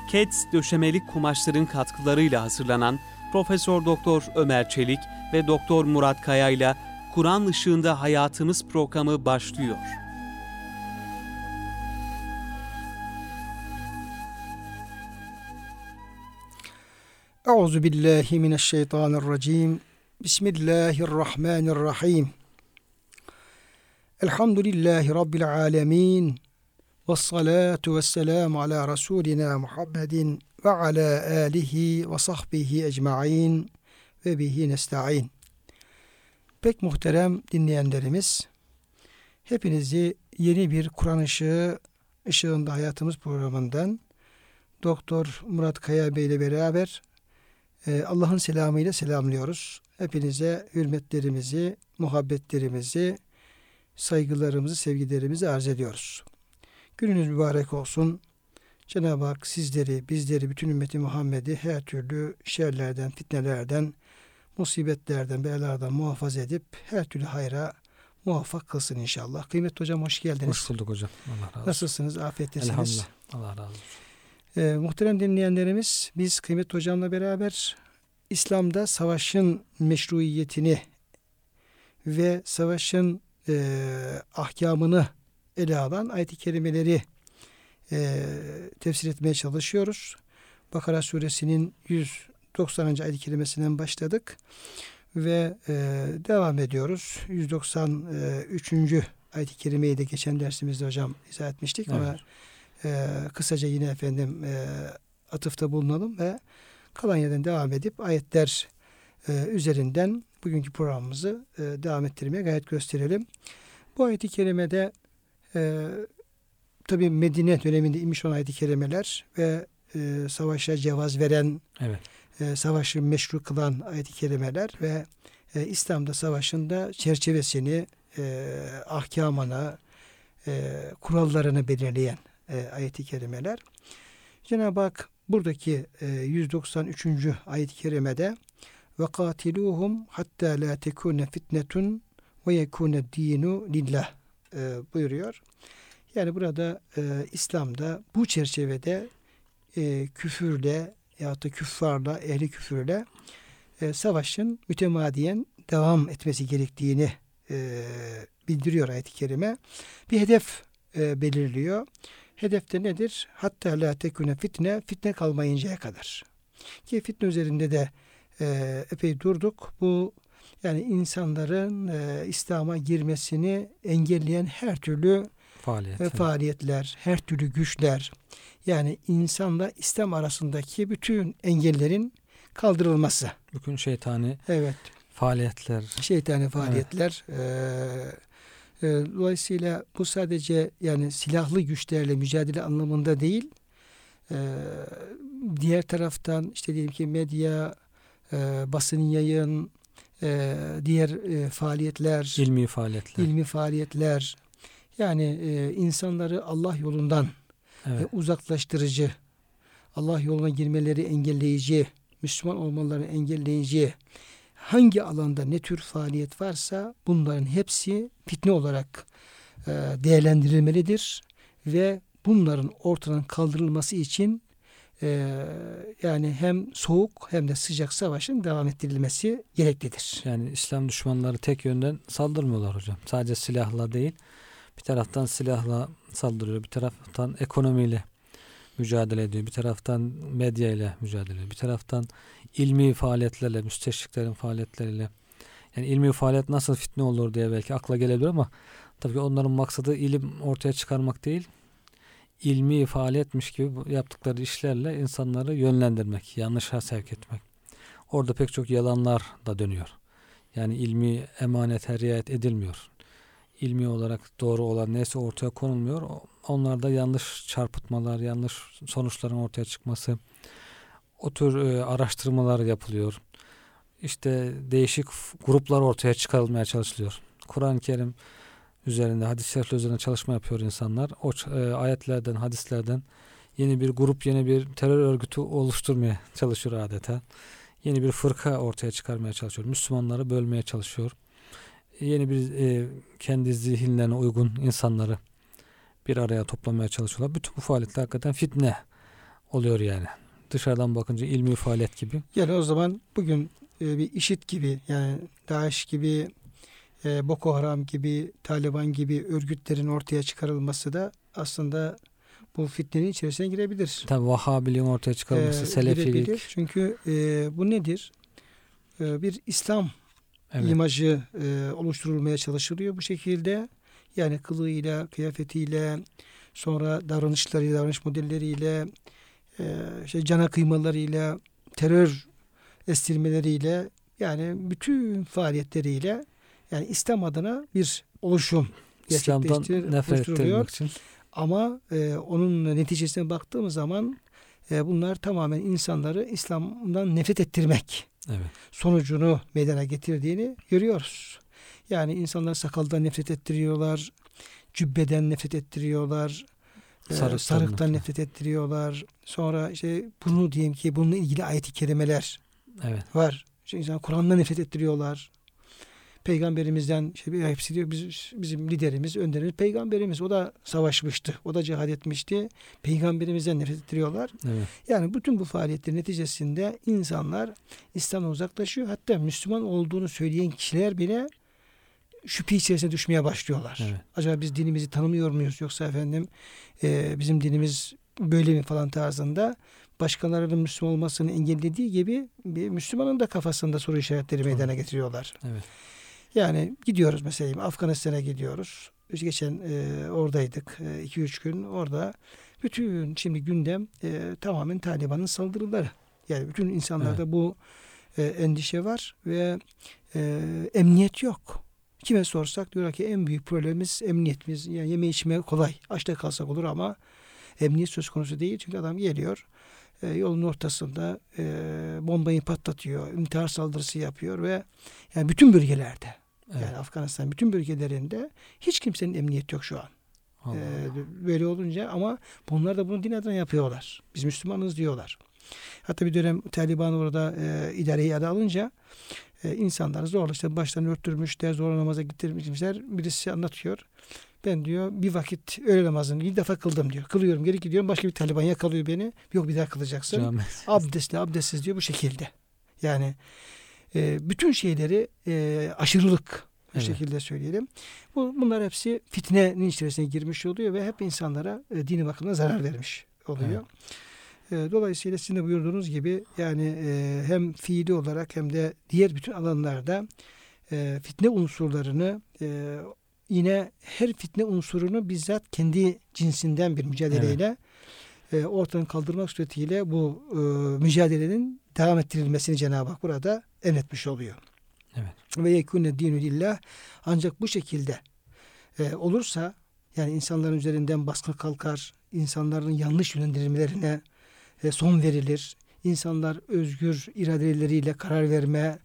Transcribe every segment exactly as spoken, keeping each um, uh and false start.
Keds döşemeli kumaşların katkılarıyla hazırlanan Profesör Doktor Ömer Çelik ve Doktor Murat Kaya ile Kur'an Işığında Hayatımız programı başlıyor. Euzubillahimineşşeytanirracim. Bismillahirrahmanirrahim. Elhamdülillahi Rabbil alemin. Vessalatu vesselamu ala Resulina Muhammedin ve ala alihi ve sahbihi ecma'in ve bihi nesta'in. Pek muhterem dinleyenlerimiz, hepinizi yeni bir Kur'an Işığı, Işığında Hayatımız programından Doktor Murat Kaya Bey ile beraber Allah'ın selamıyla selamlıyoruz. Hepinize hürmetlerimizi, muhabbetlerimizi, saygılarımızı, sevgilerimizi arz ediyoruz. Gününüz mübarek olsun. Cenab-ı Hak sizleri, bizleri, bütün ümmeti Muhammed'i her türlü şerlerden, fitnelerden, musibetlerden, belalardan muhafaza edip her türlü hayra muvaffak kılsın inşallah. Kıymetli hocam, hoş geldiniz. Hoş bulduk hocam. Allah razı olsun. Nasılsınız? Afiyettesiniz. Elhamdülillah. Allah razı olsun. Ee, muhterem dinleyenlerimiz, biz kıymetli hocamla beraber İslam'da savaşın meşruiyetini ve savaşın e, ahkamını ele alan ayet-i kerimeleri e, tefsir etmeye çalışıyoruz. Bakara suresinin yüz doksanıncı ayet-i kerimesinden başladık ve e, devam ediyoruz. yüz doksan üçüncü ayet-i kerimeyi de geçen dersimizde hocam izah etmiştik, evet. Ama e, kısaca yine efendim e, atıfta bulunalım ve kalan yerden devam edip ayetler e, üzerinden bugünkü programımızı e, devam ettirmeye gayret gösterelim. Bu ayet-i kerimede e, tabi Medine döneminde inmiş olan ayet-i kerimeler ve e, savaşa cevaz veren, evet. e, savaşı meşru kılan ayet-i kerimeler ve e, İslam'da savaşın da çerçevesini, e, ahkamını, e, kurallarını belirleyen e, ayet-i kerimeler. Cenab-ı Hak buradaki e, yüz doksan üçüncü ayet-i kerimede ve katiluhum hatta la tekune fitnetun ve yekune dinu lillah e, buyuruyor. Yani burada e, İslam'da bu çerçevede e, küfürle ya da küffarla, ehli küfürle e, savaşın mütemadiyen devam etmesi gerektiğini e, bildiriyor ayet-i kerime. Bir hedef e, belirliyor. Hedefte nedir? Hatta la tekune fitne, fitne kalmayıncaya kadar. Ki fitne üzerinde de e, epey durduk. Bu yani insanların e, İslam'a girmesini engelleyen her türlü Faaliyet, e, faaliyetler, her türlü güçler, yani insanla İslam arasındaki bütün engellerin kaldırılması. Bütün şeytani evet. faaliyetler. Şeytani faaliyetler. Evet. E, e, dolayısıyla bu sadece yani silahlı güçlerle mücadele anlamında değil. E, diğer taraftan işte diyelim ki medya, e, basın yayın, e, diğer e, faaliyetler, ilmi faaliyetler, ilmi faaliyetler, yani e, insanları Allah yolundan evet. e, uzaklaştırıcı, Allah yoluna girmeleri engelleyici, Müslüman olmalarını engelleyici hangi alanda ne tür faaliyet varsa bunların hepsi fitne olarak e, değerlendirilmelidir ve bunların ortadan kaldırılması için e, yani hem soğuk hem de sıcak savaşın devam ettirilmesi gereklidir. Yani İslam düşmanları tek yönden saldırmıyorlar hocam. Sadece silahla değil. Bir taraftan silahla saldırıyor, bir taraftan ekonomiyle mücadele ediyor, bir taraftan medya ile mücadele ediyor, bir taraftan ilmi faaliyetlerle, müsteşriklerin faaliyetleriyle. Yani ilmi faaliyet nasıl fitne olur diye belki akla gelebilir ama tabii onların maksadı ilim ortaya çıkarmak değil, ilmi faaliyetmiş gibi yaptıkları işlerle insanları yönlendirmek, yanlışa sevk etmek. Orada pek çok yalanlar da dönüyor. Yani ilmi emanete riayet edilmiyor. İlmi olarak doğru olan neyse ortaya konulmuyor. Onlarda yanlış çarpıtmalar, yanlış sonuçların ortaya çıkması, o tür e, araştırmalar yapılıyor. İşte değişik gruplar ortaya çıkarılmaya çalışılıyor. Kur'an-ı Kerim üzerinde, hadis-i şerifler üzerine çalışma yapıyor insanlar. O e, ayetlerden, hadislerden yeni bir grup, yeni bir terör örgütü oluşturmaya çalışıyor adeta. Yeni bir fırka ortaya çıkarmaya çalışıyor. Müslümanları bölmeye çalışıyor. Yeni bir e, kendi zihinlerine uygun insanları bir araya toplamaya çalışıyorlar. Bütün bu faaliyetler hakikaten fitne oluyor yani. Dışarıdan bakınca ilmi faaliyet gibi. Yani o zaman bugün e, bir IŞİD gibi, yani DAEŞ gibi, e, Boko Haram gibi, Taliban gibi örgütlerin ortaya çıkarılması da aslında bu fitnenin içerisine girebilir. Tabii Vahhabiliğin ortaya çıkarılması, E, Selefilik. girebilir. Çünkü e, bu nedir? E, bir İslam Evet. imajı e, oluşturulmaya çalışılıyor bu şekilde. Yani kılığıyla, kıyafetiyle, sonra davranışlarıyla, davranış modelleriyle, e, işte cana kıymalarıyla, terör estirmeleriyle, yani bütün faaliyetleriyle, yani İslam adına bir oluşum İslam'dan gerçekleştir, nefret oluşturuluyor. ettirmek için. Ama e, onun neticesine baktığımız zaman e, bunlar tamamen insanları İslam'dan nefret ettirmek Evet. sonucunu meydana getirdiğini görüyoruz. Yani insanlar sakaldan nefret ettiriyorlar, cübbeden nefret ettiriyorlar, Sarıktan, e, sarıktan nefret. nefret ettiriyorlar. Sonra işte bunu diyelim ki bununla ilgili ayet-i kerimeler Evet. var. İşte insan Kur'an'dan nefret ettiriyorlar. Peygamberimizden işte bir hepsi diyor biz, bizim liderimiz, önderimiz peygamberimiz. O da savaşmıştı. O da cihad etmişti. Peygamberimizden nefret ettiriyorlar. Evet. Yani bütün bu faaliyetlerin neticesinde insanlar İslam'dan uzaklaşıyor. Hatta Müslüman olduğunu söyleyen kişiler bile şüphe içerisine düşmeye başlıyorlar. Evet. Acaba biz dinimizi tanımıyor muyuz? Yoksa efendim e, bizim dinimiz böyle mi falan tarzında başkalarının Müslüman olmasını engellediği gibi bir Müslümanın da kafasında soru işaretleri meydana getiriyorlar. Evet. Yani gidiyoruz mesela Afganistan'a gidiyoruz. Biz geçen e, oradaydık. iki üç gün orada. Bütün şimdi gündem e, tamamen Taliban'ın saldırıları. Yani bütün insanlarda Evet. bu e, endişe var ve e, emniyet yok. Kime sorsak diyorlar ki en büyük problemimiz emniyetimiz. Yani yeme içme kolay. Açta kalsak olur ama emniyet söz konusu değil. Çünkü adam geliyor e, yolun ortasında e, bombayı patlatıyor. İntihar saldırısı yapıyor ve yani bütün bölgelerde Evet. yani Afganistan bütün bölgelerinde hiç kimsenin emniyeti yok şu an. Allah. Ee, böyle olunca ama bunlar da bunu din adına yapıyorlar. Biz Müslümanız diyorlar. Hatta bir dönem Taliban orada e, idareyi ele alınca e, insanlar zorla işte başlarını örttürmüşler, zorla namaza getirmişler. Birisi anlatıyor. Ben diyor bir vakit öğle namazını bir defa kıldım diyor. Kılıyorum geri gidiyorum başka bir Taliban yakalıyor beni. Yok bir daha kılacaksın. Cami. Abdestli abdestsiz diyor bu şekilde. Yani e, bütün şeyleri e, aşırılık bu Evet. şekilde söyleyelim. Bu, bunlar hepsi fitnenin içerisine girmiş oluyor ve hep insanlara e, dini bakımdan zarar vermiş oluyor. Evet. E, dolayısıyla sizin de buyurduğunuz gibi yani e, hem fiili olarak hem de diğer bütün alanlarda e, fitne unsurlarını e, yine her fitne unsurunu bizzat kendi cinsinden bir mücadeleyle evet. e, ortadan kaldırmak suretiyle bu e, mücadelenin devam ettirilmesini Cenab-ı Hak burada emretmiş oluyor. Evet. Ve yekûne dînü lillah ancak bu şekilde e, olursa yani insanların üzerinden baskı kalkar, insanların yanlış yönlendirilmelerine e, son verilir. İnsanlar özgür iradeleriyle karar verme,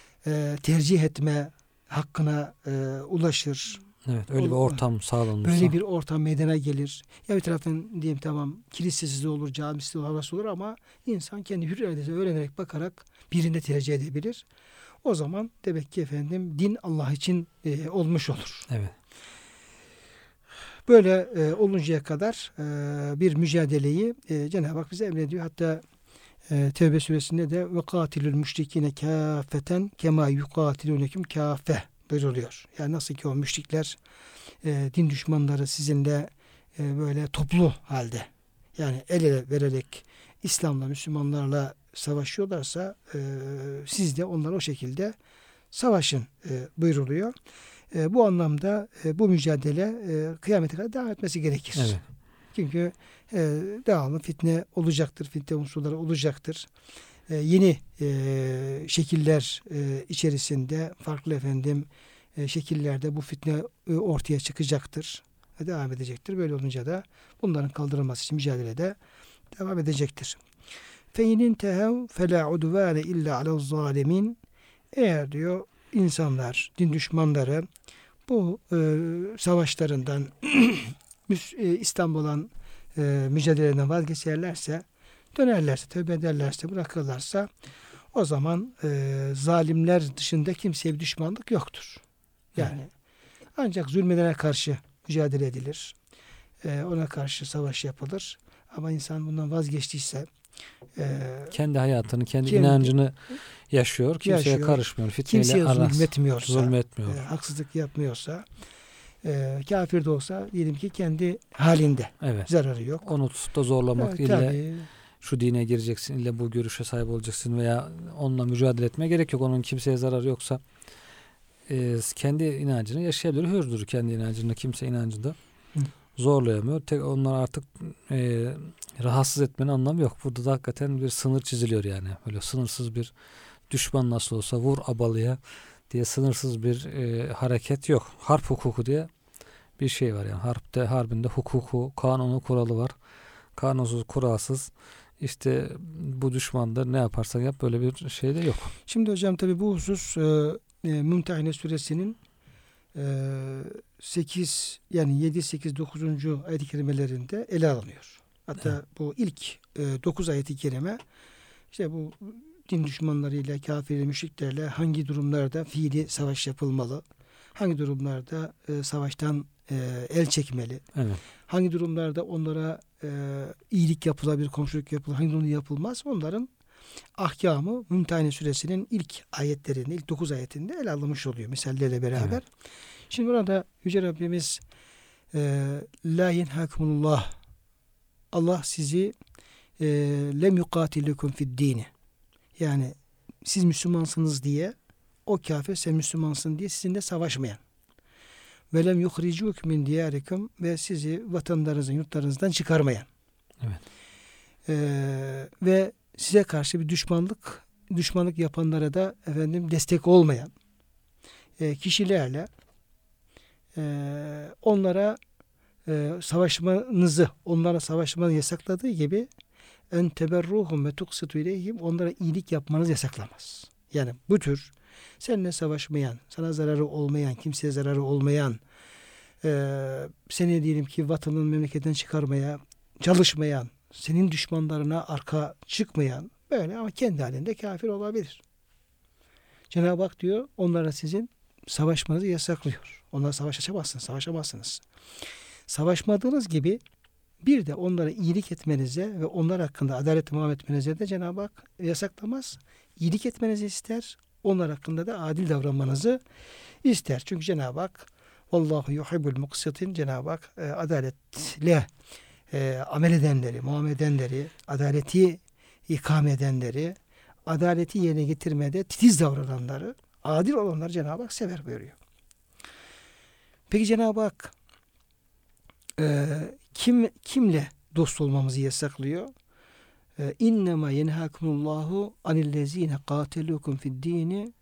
e, tercih etme hakkına e, ulaşır. Evet, öyle bir ortam sağlanırsa. Böyle bir ortam meydana gelir. Ya bir taraftan diyeyim tamam kilisesi de olur, camisi de olur, havası olur ama insan kendi hür iradesine öğrenerek bakarak birinde tercih edebilir. O zaman demek ki efendim din Allah için e, olmuş olur. Evet. Böyle e, oluncaya kadar e, bir mücadeleyi e, Cenab-ı Hak bize emrediyor. Hatta e, Tevbe suresinde de ve katilül müşrikine kâfeten kemâ yukâtilûnekum kâfe buyuruluyor. Yani nasıl ki o müşrikler e, din düşmanları sizinle e, böyle toplu halde yani el ele vererek İslam'la Müslümanlarla savaşıyorlarsa e, siz de onlara o şekilde savaşın e, buyruluyor. E, bu anlamda e, bu mücadele e, kıyamete kadar devam etmesi gerekir. Evet. Çünkü e, devamlı fitne olacaktır, fitne unsurları olacaktır. E, yeni e, şekiller e, içerisinde farklı efendim e, şekillerde bu fitne e, ortaya çıkacaktır ve devam edecektir. Böyle olunca da bunların kaldırılması için mücadelede devam edecektir. فَاِنْ تَهَوْ فَلَا عُدُوَانَ اِلَّا عَلَى الظَّالِمِينَ Eğer diyor insanlar, din düşmanları bu e, savaşlarından e, İslam olan e, mücadeleden vazgeçerlerse, dönerlerse, tövbe ederlerse, bırakırlarsa o zaman e, zalimler dışında kimseye bir düşmanlık yoktur. Yani ancak zulmedene karşı mücadele edilir. E, ona karşı savaş yapılır. Ama insan bundan vazgeçtiyse e, kendi hayatını, kendi, kendi inancını yaşıyor. Kimseye yaşıyor, karışmıyor. Fitneyle kimseye aras, zulmetmiyorsa, zulmetmiyor. e, haksızlık yapmıyorsa, e, kafir de olsa diyelim ki kendi halinde, Evet. zararı yok. Onu tutup da zorlamak, E, ille tabii, şu dine gireceksin, ille bu görüşe sahip olacaksın veya onunla mücadele etmeye gerek yok. Onun kimseye zararı yoksa e, kendi inancını yaşayabilir. Hürdür kendi inancını. Kimse inancında Hı. zorlayamıyor. Tek onlar artık e, rahatsız etmenin anlamı yok. Burada da hakikaten bir sınır çiziliyor yani. Böyle sınırsız bir düşman nasıl olsa vur abalıya diye sınırsız bir e, hareket yok. Harp hukuku diye bir şey var yani. Harpte, harbinde hukuku, kanunu, kuralı var. Kanunsuz, kuralsız işte bu düşmandır, ne yaparsan yap, böyle bir şey de yok. Şimdi hocam tabi bu husus e, e, Mümtehine suresinin e, sekiz yani yedi, sekiz, dokuzuncu ayet-i kerimelerinde ele alınıyor. Hatta Evet. bu ilk e, dokuz ayet-i kerime işte bu din düşmanlarıyla, kafirle, müşriklerle hangi durumlarda fiili savaş yapılmalı, hangi durumlarda e, savaştan e, el çekmeli, Evet. hangi durumlarda onlara e, iyilik yapılabilir, komşuluk yapılır, hangi durumda yapılmaz, onların ahkamı Mümtehine suresinin ilk ayetlerinde, ilk dokuz ayetinde ele alınmış oluyor misallerle beraber. Evet. Şimdi burada Yüce Rabbimiz e, la yenhakumullah, Allah sizi e, lem yukatilukum fid dini, yani siz Müslümansınız diye o kafir sen Müslümansın diye sizinle savaşmayan, ve lem yuhricuk min diyarikum, ve sizi vatanlarınızdan, yurtlarınızdan çıkarmayan, Evet. e, ve size karşı bir düşmanlık düşmanlık yapanlara da efendim destek olmayan e, kişilerle e, onlara e, savaşmanızı, onlara savaşmanızı yasakladığı gibi en teberruhum ve tuksitu ileyhim, onlara iyilik yapmanız yasaklamaz. Yani bu tür seninle savaşmayan, sana zararı olmayan, kimseye zararı olmayan, e, seni diyelim ki vatanın, memleketten çıkarmaya çalışmayan, senin düşmanlarına arka çıkmayan, böyle ama kendi halinde kafir olabilir. Cenab-ı Hak diyor onlara sizin savaşmanızı yasaklıyor. Onlara savaş açamazsınız, savaşamazsınız. Savaşmadığınız gibi bir de onlara iyilik etmenize ve onlar hakkında adaletli muamele etmenize de Cenab-ı Hak yasaklamaz. İyilik etmenizi ister. Onlar hakkında da adil davranmanızı ister. Çünkü Cenab-ı Hak Vallahu yuhibbul muqsitin, Cenab-ı Hak e, adaletle e, amel edenleri, muamele edenleri, adaleti ikame edenleri, adaleti yerine getirmede titiz davrananları, adil olanları Cenab-ı Hak sever buyuruyor. Peki Cenab-ı Hak e, kim kimle dost olmamızı yasaklıyor? E, İnnemâ yenhâkumullahu anillezîne kâtelûkum fi'd-dîni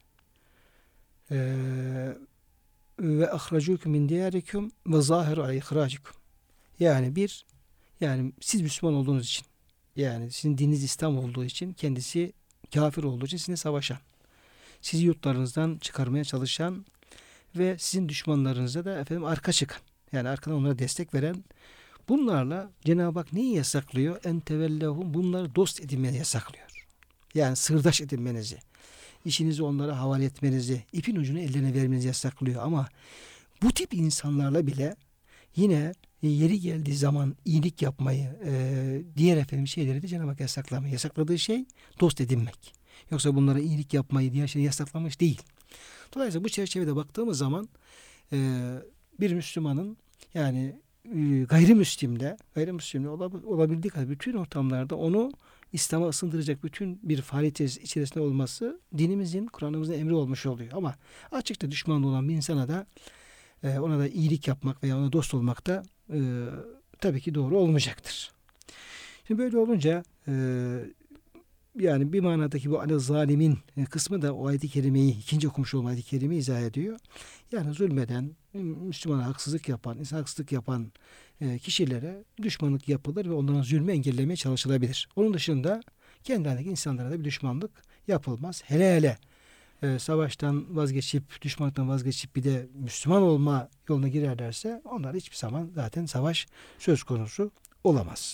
ve ahracûkum min diyârikum ve zâhiru alâ ihrâcikum. Yani bir, yani siz Müslüman olduğunuz için, yani sizin dininiz İslam olduğu için, kendisi kafir olduğu için sizinle savaşan, sizi yurtlarınızdan çıkarmaya çalışan ve sizin düşmanlarınıza da efendim arka çıkan, yani arkadan onlara destek veren, bunlarla Cenab-ı Hak neyi yasaklıyor? En tevellehum, bunları dost edinmeni yasaklıyor. Yani sırdaş edinmenizi, işinizi onlara havale etmenizi, ipin ucunu ellerine vermenizi yasaklıyor. Ama bu tip insanlarla bile yine yeri geldiği zaman iyilik yapmayı, e, diğer efendim şeyleri de Cenab-ı Hak yasaklamıyor. Yasakladığı şey dost edinmek. Yoksa bunlara iyilik yapmayı, diğer şeyleri yasaklamış değil. Dolayısıyla bu çerçevede baktığımız zaman e, bir Müslümanın, yani e, gayrimüslimde, gayrimüslimde olabildiği kadar bütün ortamlarda onu İslam'a ısındıracak bütün bir faaliyet içerisinde olması dinimizin, Kur'an'ımızın emri olmuş oluyor. Ama açıkça düşman olan bir insana da e, ona da iyilik yapmak veya ona dost olmak da e, tabii ki doğru olmayacaktır. Şimdi böyle olunca e, yani bir manadaki bu ale zalimin kısmı da o ayet-i kerimeyi, ikinci okumuş olan ayet-i kerimeyi izah ediyor. Yani zulmeden, Müslümana haksızlık yapan, insan haksızlık yapan e, kişilere düşmanlık yapılır ve onların zulmü engellemeye çalışılabilir. Onun dışında kendi halindeki insanlara da bir düşmanlık yapılmaz. Hele hele e, savaştan vazgeçip, düşmanlıktan vazgeçip bir de Müslüman olma yoluna girerlerse onlar hiçbir zaman zaten savaş söz konusu olamaz.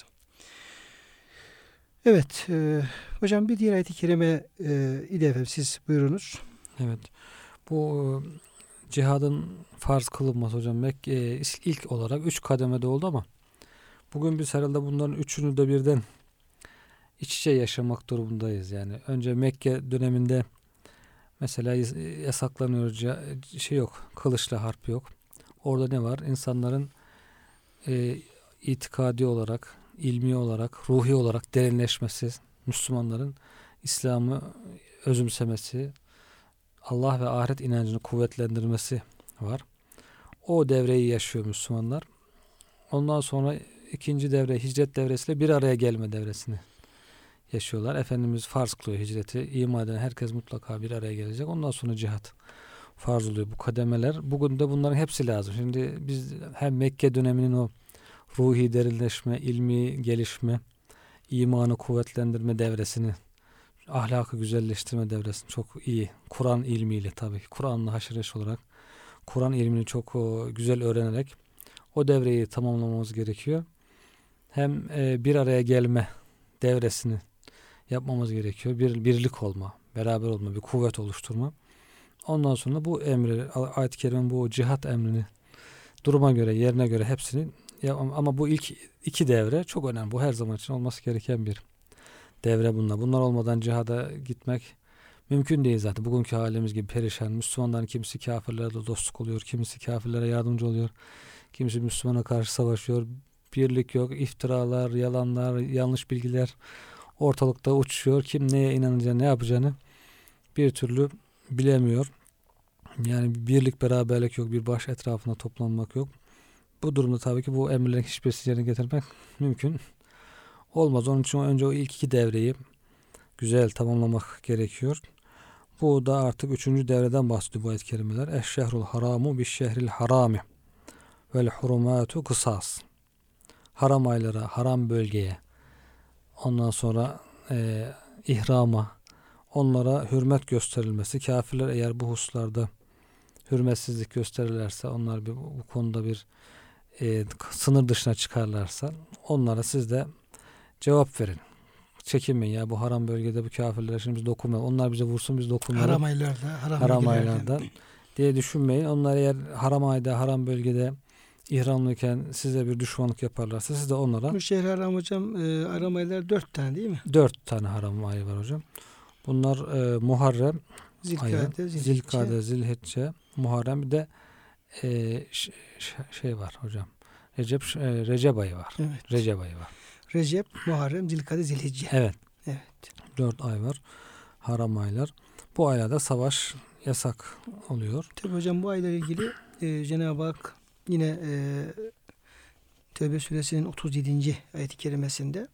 Evet, e, hocam bir diğer ayet-i kerime e, ile efendim siz buyurunuz. Evet. Bu cihadın farz kılınması hocam Mekke ilk olarak üç kademede oldu ama Bugün biz herhalde bunların üçünü de birden iç içe yaşamak durumundayız. Yani önce Mekke döneminde mesela yasaklanıyor, şey yok, kılıçla harp yok. Orada ne var? İnsanların e, itikadi olarak, ilmi olarak, ruhi olarak derinleşmesi, Müslümanların İslam'ı özümsemesi, Allah ve ahiret inancını kuvvetlendirmesi var. O devreyi yaşıyor Müslümanlar. Ondan sonra ikinci devre, hicret devresiyle bir araya gelme devresini yaşıyorlar. Efendimiz farz kılıyor hicreti. İman eden herkes mutlaka bir araya gelecek. Ondan sonra cihat farz oluyor bu kademeler. Bugün de bunların hepsi lazım. Şimdi biz hem Mekke döneminin o ruhi derinleşme, ilmi gelişme, imanı kuvvetlendirme devresini, ahlakı güzelleştirme devresini çok iyi. Kur'an ilmiyle tabii ki. Kur'an'la haşır neşir olarak Kur'an ilmini çok o, güzel öğrenerek o devreyi tamamlamamız gerekiyor. Hem e, bir araya gelme devresini yapmamız gerekiyor. Bir birlik olma, beraber olma, bir kuvvet oluşturma. Ondan sonra bu emri, ayet-i kerimenin bu cihat emrini duruma göre, yerine göre hepsini ya, ama bu ilk iki devre çok önemli. Bu her zaman için olması gereken bir devre bunlar. Bunlar olmadan cihada gitmek mümkün değil zaten. Bugünkü halimiz gibi perişan. Müslümanların kimisi kafirlerle dostluk oluyor, kimisi kafirlere yardımcı oluyor, kimisi Müslümana karşı savaşıyor. Birlik yok, iftiralar, yalanlar, yanlış bilgiler ortalıkta uçuşuyor. Kim neye inanacağını, ne yapacağını bir türlü bilemiyor. Yani birlik, beraberlik yok, bir baş etrafında toplanmak yok. Bu durumda tabii ki bu emirlerin hiçbirisini yerine getirmek mümkün olmaz. Onun için önce o ilk iki devreyi güzel tamamlamak gerekiyor. Bu da artık üçüncü devreden bahsediyor bu ayet-i kerimeler. Eşşehrul haramu bişşehril harami vel hurumatu kısas. Haram aylara, haram bölgeye, ondan sonra e, ihrama, onlara hürmet gösterilmesi. Kafirler eğer bu hususlarda hürmetsizlik gösterirlerse, onlar bir, bu konuda bir e, sınır dışına çıkarlarsa onlara siz de cevap verin. Çekinmeyin ya, bu haram bölgede bu kafirlere şimdi biz dokunmayalım. Onlar bize vursun, biz dokunmayalım. Haram aylarda, haram, haram aylarda diye düşünmeyin. Onlar eğer haram ayda, haram bölgede ihramlıyken size bir düşmanlık yaparlarsa siz de onlara... Bu şehir haram hocam, e, haram aylar dört tane değil mi? Dört tane haram ayı var hocam. Bunlar e, Muharrem Zilkade, ayı, Zilhicce. Zilkade, Zilhicce, Muharrem, bir de e, ş, ş, şey var hocam. Recep e, Recep ayı var. Evet. Recep ayı var. Recep, Muharrem, Zilkade, Zilhicce. Evet. Evet. Dört ay var. Haram aylar. Bu aylarda savaş yasak oluyor. Tabii hocam bu ayla ilgili e, Cenab-ı Hak yine e, Tevbe suresinin otuz yedinci ayet-i kerimesinde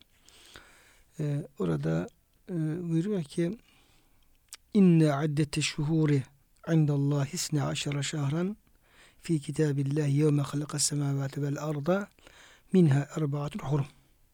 e, orada e, buyuruyor ki İnne addete şuhuri indallahi isne aşara şahran fi kitabillahi yevme halakas semavati vel arda minha erbaatun hurum.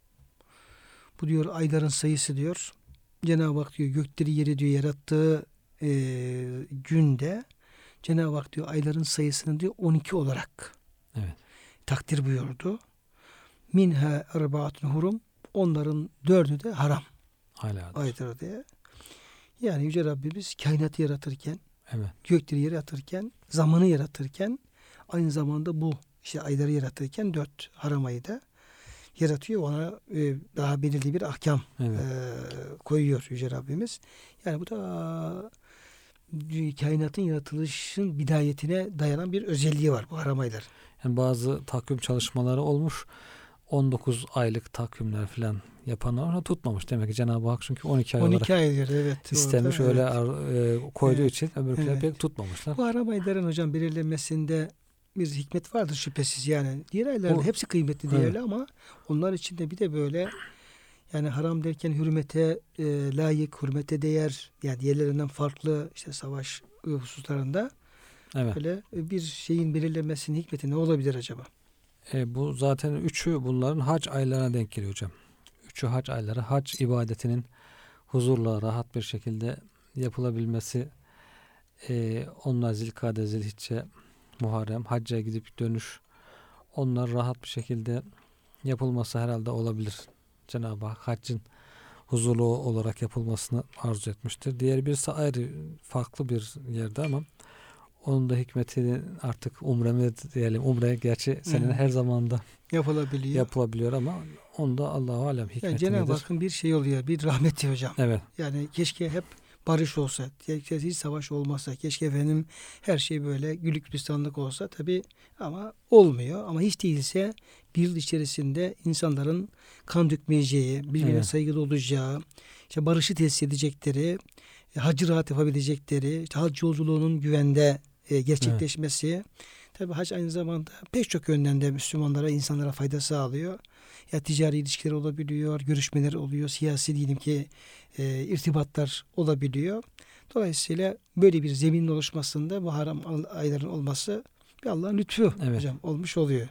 Bu diyor ayların sayısı diyor. Cenab-ı Hak diyor gökleri yeri diyor yarattığı e, günde Cenab-ı Hak diyor ayların sayısını diyor on iki olarak evet. takdir buyurdu. Minha erbaatun hurum, onların dördü de haram. Ayetler diye. Yani Yüce Rabbimiz kainatı yaratırken, evet, gökleri yaratırken, zamanı yaratırken, aynı zamanda bu işte ayları yaratırken dört haram ayı da yaratıyor. Ona e, daha belirli bir ahkam evet. e, koyuyor Yüce Rabbimiz. Yani bu da e, kainatın yaratılışın bidayetine dayanan bir özelliği var bu haram aylar. Yani bazı takvim çalışmaları olmuş. on dokuz aylık takvimler falan yapanlar ona tutmamış. Demek ki Cenab-ı Hak çünkü on iki ay on iki olarak aydır, evet, istemiş. orada, öyle evet. e, koyduğu evet. için öbürküler evet. pek tutmamışlar. Bu haram ayların hocam belirlenmesinde bir hikmet vardır şüphesiz yani. Diğer ayların hepsi kıymetli değerli evet. ama onlar içinde bir de böyle yani haram derken hürmete e, layık, hürmete değer, yani diğerlerinden farklı işte savaş hususlarında evet. böyle bir şeyin belirlenmesinin hikmeti ne olabilir acaba? E, bu zaten üçü bunların hac aylarına denk geliyor hocam. Üçü hac ayları. Hac ibadetinin huzurla, rahat bir şekilde yapılabilmesi, e, onlar Zilkade, Zilhicce, Muharrem, hacca gidip dönüş, onlar rahat bir şekilde yapılması herhalde olabilir. Cenab-ı Hak haccın huzurlu olarak yapılmasını arzu etmiştir. Diğer birisi ayrı, farklı bir yerde ama onun da hikmeti artık umre mi diyelim. Umre gerçi senin Hı. her zaman da Yapılabiliyor. yapılabiliyor ama onda Allahu alem hikmeti Yani Cenab-ı nedir? Hakk'ın bir şey oluyor. Bir rahmeti hocam. Evet. Yani keşke hep barış olsa, keşke hiç savaş olmasa, keşke efendim her şey böyle güllük gülistanlık olsa tabii, ama olmuyor. Ama hiç değilse bir yıl içerisinde insanların kan dökmeyeceği, birbirine Evet. saygılı olacağı, işte barışı tesis edecekleri, e, hacı rahat yapabilecekleri, işte hac yolculuğunun güvende e, gerçekleşmesi. Tabii hac aynı zamanda pek çok yönden de Müslümanlara, insanlara fayda sağlıyor. Ya ticari ilişkiler olabiliyor, görüşmeler oluyor, siyasi diyelim ki e, irtibatlar olabiliyor. Dolayısıyla böyle bir zeminin oluşmasında bu haram ayların olması bir Allah'ın lütfu Evet. hocam olmuş oluyor.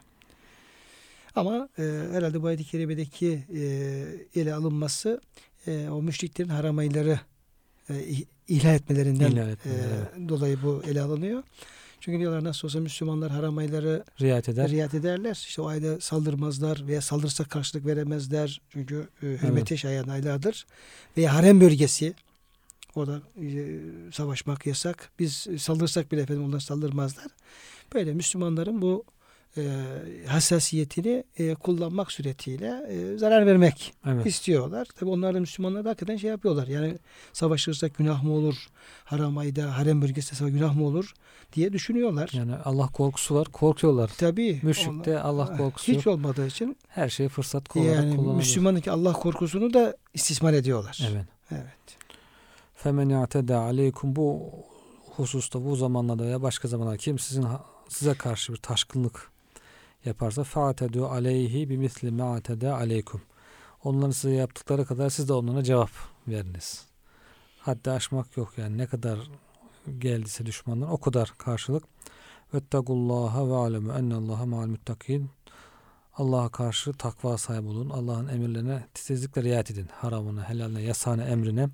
Ama e, herhalde bu ayet-i kerimedeki e, ele alınması e, o müşriklerin haram ayları e, ihlal etmelerinden İhlal etmeleri, e, evet. dolayı bu ele alınıyor. Çünkü diyorlar nasıl olsa Müslümanlar haram ayları Riayet eder. riayet ederler. İşte o ayda saldırmazlar veya saldırırsa karşılık veremezler. Çünkü e, hürmete Evet. şayan aylardır. Veya harem bölgesi. Orada e, savaşmak yasak. Biz e, saldırırsak bile efendim onlar saldırmazlar. Böyle Müslümanların bu e, hassasiyetini e, kullanmak suretiyle e, zarar vermek Evet. istiyorlar. Tabi onlar da Müslümanlar da hakikaten şey yapıyorlar. Yani savaşırsak günah mı olur? Haram ayda, harem bölgesinde savaş günah mı olur? Diye düşünüyorlar. Yani Allah korkusu var. Korkuyorlar. Tabii. Müşrikte Allah korkusu hiç yok. olmadığı için Her şeyi fırsat olarak yani kullanılıyor. Müslümanın ki Allah korkusunu da istismar ediyorlar. Evet. Evet. Femen ya'tede aleykum, bu hususta bu zamanlarda veya başka zamanlarda kim sizin size karşı bir taşkınlık yaparsa fa'tedu aleyhi bimisli ma'tede aleykum. Onların size yaptıkları kadar siz de onlara cevap veriniz. Haddi aşmak yok yani, ne kadar geldiyse düşmanlar o kadar karşılık. Vettakullaha ve alemu ennallaha ma'al muttakin. Allah'a karşı takva sahibi olun. Allah'ın emirlerine titizlikle riayet edin. Haramına, helaline, yasağına, emrine.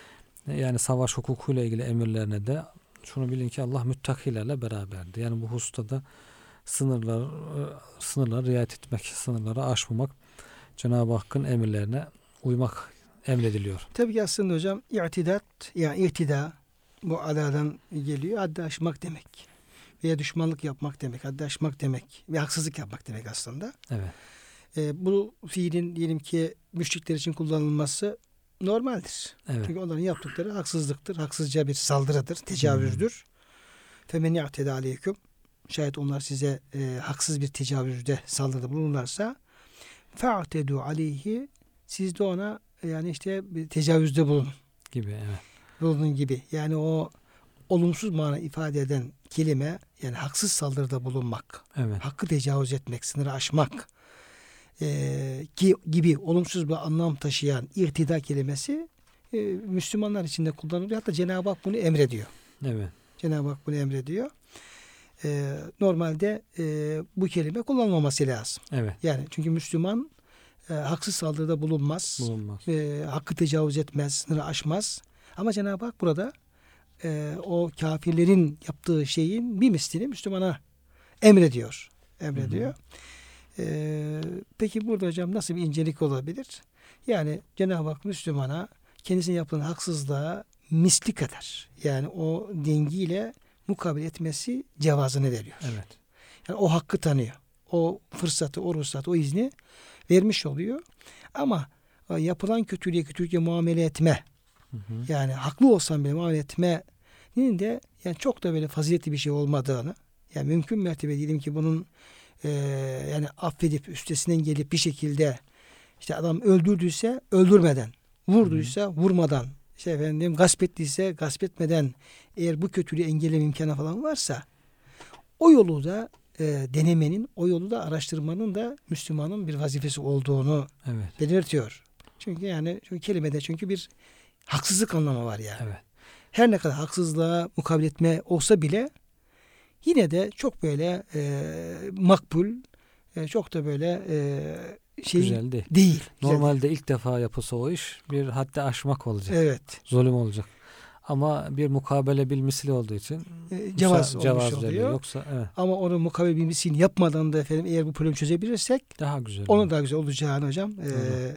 Yani savaş hukukuyla ilgili emirlerine de şunu bilin ki Allah müttakilerle beraberdi. Yani bu hususta da sınırlar sınırlara riayet etmek, sınırları aşmamak, Cenab-ı Hakk'ın emirlerine uymak emrediliyor. Tabii ki aslında hocam i'tidat, yani ihtida bu adadan geliyor. Haddi aşmak demek. Veya düşmanlık yapmak demek. Haddi aşmak demek. Ve haksızlık yapmak demek aslında. Evet. E, bu fiilin diyelim ki müşrikler için kullanılması normaldir. Evet. Çünkü onların yaptıkları haksızlıktır. Haksızca bir saldırıdır, tecavüzdür. Femen ya'tede aleyküm. Şayet onlar size e, haksız bir tecavüzde, saldırıda bulunurlarsa fa'tedu aleyhi, siz de ona yani işte bir tecavüzde bulunun. Gibi, evet. Bulunun gibi. Yani o olumsuz mana ifade eden kelime, yani haksız saldırıda bulunmak, Evet. hakkı tecavüz etmek, sınırı aşmak e, ki, gibi olumsuz bir anlam taşıyan irtida kelimesi e, Müslümanlar için de kullanılıyor. Hatta Cenab-ı Hak bunu emrediyor. Evet. Cenab-ı Hak bunu emrediyor. E, normalde e, bu kelime kullanılmaması lazım. Evet. Yani çünkü Müslüman e, haksız saldırıda bulunmaz. Bulunmaz. E, hakkı tecavüz etmez, sınırı aşmaz. Ama Cenab-ı Hak burada e, o kafirlerin yaptığı şeyin bir mislini Müslümana emrediyor. Emrediyor. Hı hı. E, peki burada hocam nasıl bir incelik olabilir? Yani Cenab-ı Hak Müslümana kendisine yapılan haksızlığa misli kadar, yani o dengiyle mukabele etmesi cevazını veriyor. Evet. Yani o hakkı tanıyor. O fırsatı, o ruhsatı, o izni vermiş oluyor. Ama yapılan kötülüğe kötülükle muamele etme, Hı hı. yani haklı olsan bile muamele etmenin de yani çok da böyle faziletli bir şey olmadığını, yani mümkün mertebe diyelim ki bunun e, yani affedip üstesinden gelip bir şekilde işte adam öldürdüyse öldürmeden, vurduysa hı hı. vurmadan, işte efendim gasp ettiyse gasp etmeden, eğer bu kötülüğü engelleme imkanı falan varsa o yolu da e, denemenin, o yolu da araştırmanın da Müslümanın bir vazifesi olduğunu Evet. belirtiyor. Çünkü yani çünkü kelimede çünkü bir haksızlık anlamı var yani. Evet. Her ne kadar haksızlığa mukabele etme olsa bile yine de çok böyle e, makbul, e, çok da böyle e, şey Güzel değil. değil. Normalde Güzel. ilk defa yapılsa o iş bir haddi aşmak olacak. Evet. Zulüm olacak. Ama bir mukabele bilmisli olduğu için E, cevaz, Musa, cevaz olmuş veriyor. oluyor. Yoksa evet. Ama onu mukabele bilmesini yapmadan da efendim eğer bu problemi çözebilirsek Daha güzel. onun olur. daha güzel olacağını hocam. E,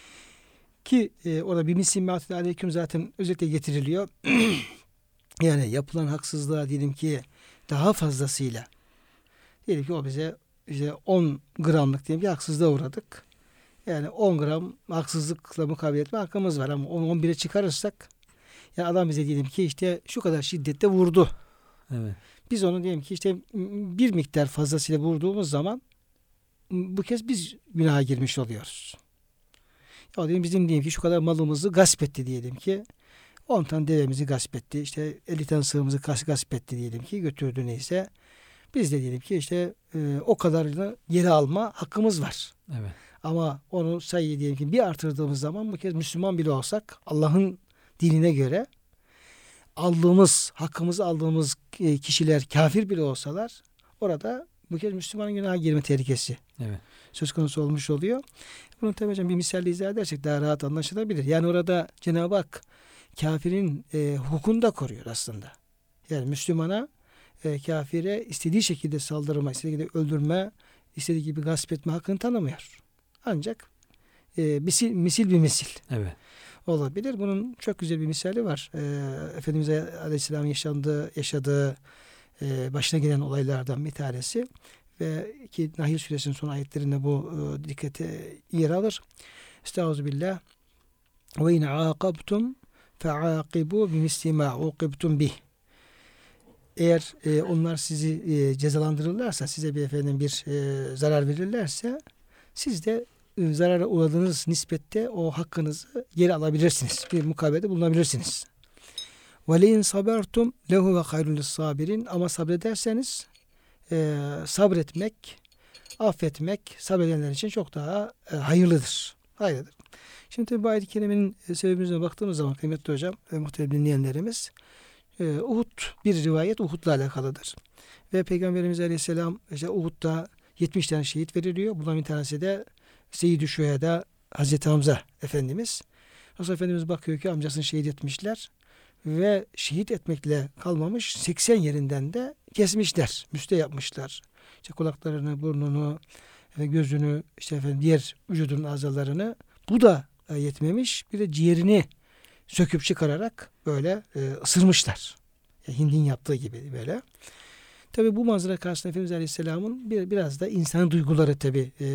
ki e, orada bir misil ma'tun aleyküm zaten özellikle getiriliyor. Yani yapılan haksızlığa diyelim ki daha fazlasıyla. Diyelim ki o bize işte on gramlık diyelim ki haksızlığa uğradık. Yani on gram haksızlıkla mukabele etme hakkımız var ama onu on bire çıkarırsak ya adam bize diyelim ki işte şu kadar şiddette vurdu. Evet. Biz onu diyelim ki işte bir miktar fazlasıyla vurduğumuz zaman bu kez biz günaha girmiş oluyoruz. Ya diyelim bizim diyelim ki şu kadar malımızı gasp etti diyelim ki on tane devemizi gasp etti. İşte elli tane sığımızı gasp etti diyelim ki götürdü neyse. Biz de diyelim ki işte e, o kadarını geri alma hakkımız var. Evet. Ama onu sayıyı diyelim ki bir artırdığımız zaman bu kez Müslüman bile olsak Allah'ın dinine göre aldığımız, hakkımızı aldığımız kişiler kafir bile olsalar orada bu kez Müslümanın günaha girme tehlikesi evet. söz konusu olmuş oluyor. Bunu tabii hocam bir misalle izah edersek daha rahat anlaşılabilir. Yani orada Cenab-ı Hak kafirin e, hukukunu da koruyor aslında. Yani Müslümana e, kafire istediği şekilde saldırma, istediği gibi öldürme, istediği gibi gasp etme hakkını tanımıyor. Ancak e, misil, misil bir misil. Evet. Olabilir. Bunun çok güzel bir misali var. E, Efendimiz Aleyhisselam'ın yaşandığı, yaşadığı e, başına gelen olaylardan bir tanesi. Ve ki Nahl Suresinin son ayetlerinde bu e, dikkate yer alır. Estağfirullah. Ve in aqabtum fe'aqibu bimisli ma uqibtum bih. Eğer e, onlar sizi e, cezalandırırlarsa, size bir efendim bir e, zarar verirlerse siz de e, zarara uğradığınız nispette o hakkınızı geri alabilirsiniz. Bir mukabelede bulunabilirsiniz. Ve le in sabertum lehu ve hayrun lis-sabirin. Ama sabrederseniz e, sabretmek, affetmek sabredenler için çok daha e, hayırlıdır. Hayırlıdır. Şimdi tabi bu ayet-i kerimenin e, sebebine baktığımız zaman kıymetli hocam ve muhterem dinleyenlerimiz, e, Uhud bir rivayet Uhud'la alakalıdır. Ve Peygamberimiz Aleyhisselam işte Uhud'da yetmiş tane şehit veriliyor. Bundan bir tanesi de Seyyid-i Şühedâ Hazreti Hamza Efendimiz. Resulullah Efendimiz bakıyor ki amcasını şehit etmişler ve şehit etmekle kalmamış seksen yerinden de kesmişler. Müste yapmışlar. İşte kulaklarını, burnunu, gözünü, işte efendim diğer vücudun azalarını. Bu da yetmemiş. Bir de ciğerini söküp çıkararak böyle e, ısırmışlar. Yani Hind'in yaptığı gibi böyle. Tabi bu manzara karşısında Efendimiz Aleyhisselam'ın bir, biraz da insan duyguları tabi e,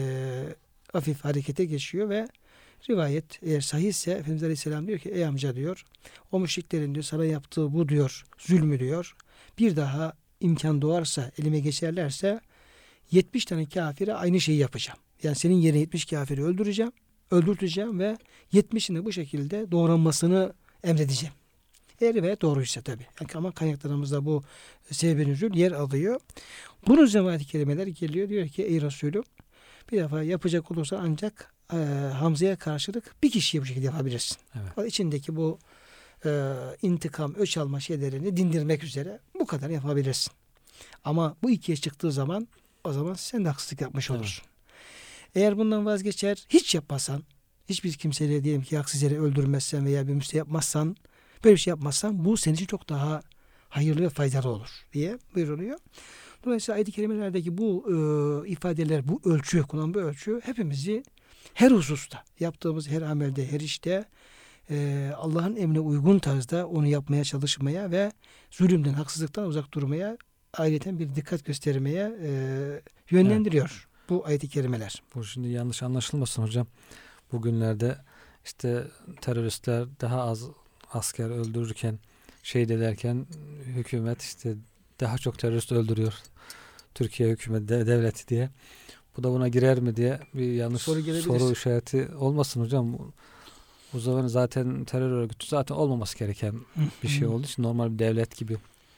hafif harekete geçiyor ve rivayet eğer sahihse Efendimiz Aleyhisselam diyor ki ey amca diyor o müşriklerin diyor sana yaptığı bu diyor zulmü diyor bir daha imkan doğarsa elime geçerlerse yetmiş tane kafire aynı şeyi yapacağım. Yani senin yerine yetmiş kafiri öldüreceğim, öldürteceğim ve yetmişini bu şekilde doğranmasını emredeceğim. Eğer rivayet doğruysa tabi. Yani ama kaynaklarımızda bu sebebin üzül yer alıyor. Bunun üzerine ayet-i kerimeler geliyor. Diyor ki ey Resulüm bir defa yapacak olursa ancak e, Hamza'ya karşılık bir kişiye bu şekilde yapabilirsin. Evet. O içindeki bu e, intikam, öç alma şeylerini dindirmek üzere bu kadar yapabilirsin. Ama bu ikiye çıktığı zaman o zaman sen de haksızlık yapmış olursun. Evet. Eğer bundan vazgeçer, hiç yapmasan, hiçbir kimseyle diyelim ki haksız yere öldürmezsen veya bir müste yapmazsan, böyle bir şey yapmazsan bu senin için çok daha hayırlı ve faydalı olur diye buyuruluyor. Dolayısıyla ayet-i kerimelerdeki bu e, ifadeler, bu ölçü, kullanılan bu ölçü hepimizi her hususta, yaptığımız her amelde, her işte e, Allah'ın emrine uygun tarzda onu yapmaya çalışmaya ve zulümden, haksızlıktan uzak durmaya ayrıca bir dikkat göstermeye e, yönlendiriyor. Evet. Bu ayet-i kerimeler. Bu şimdi yanlış anlaşılmasın hocam. Bugünlerde işte teröristler daha az asker öldürürken, şehit ederken hükümet işte daha çok terörist öldürüyor. Türkiye hükümeti, devleti diye. Bu da buna girer mi diye bir yanlış soru, soru işareti olmasın hocam. Bu zaman zaten terör örgütü zaten olmaması gereken bir şey olduğu için normal bir devlet gibi,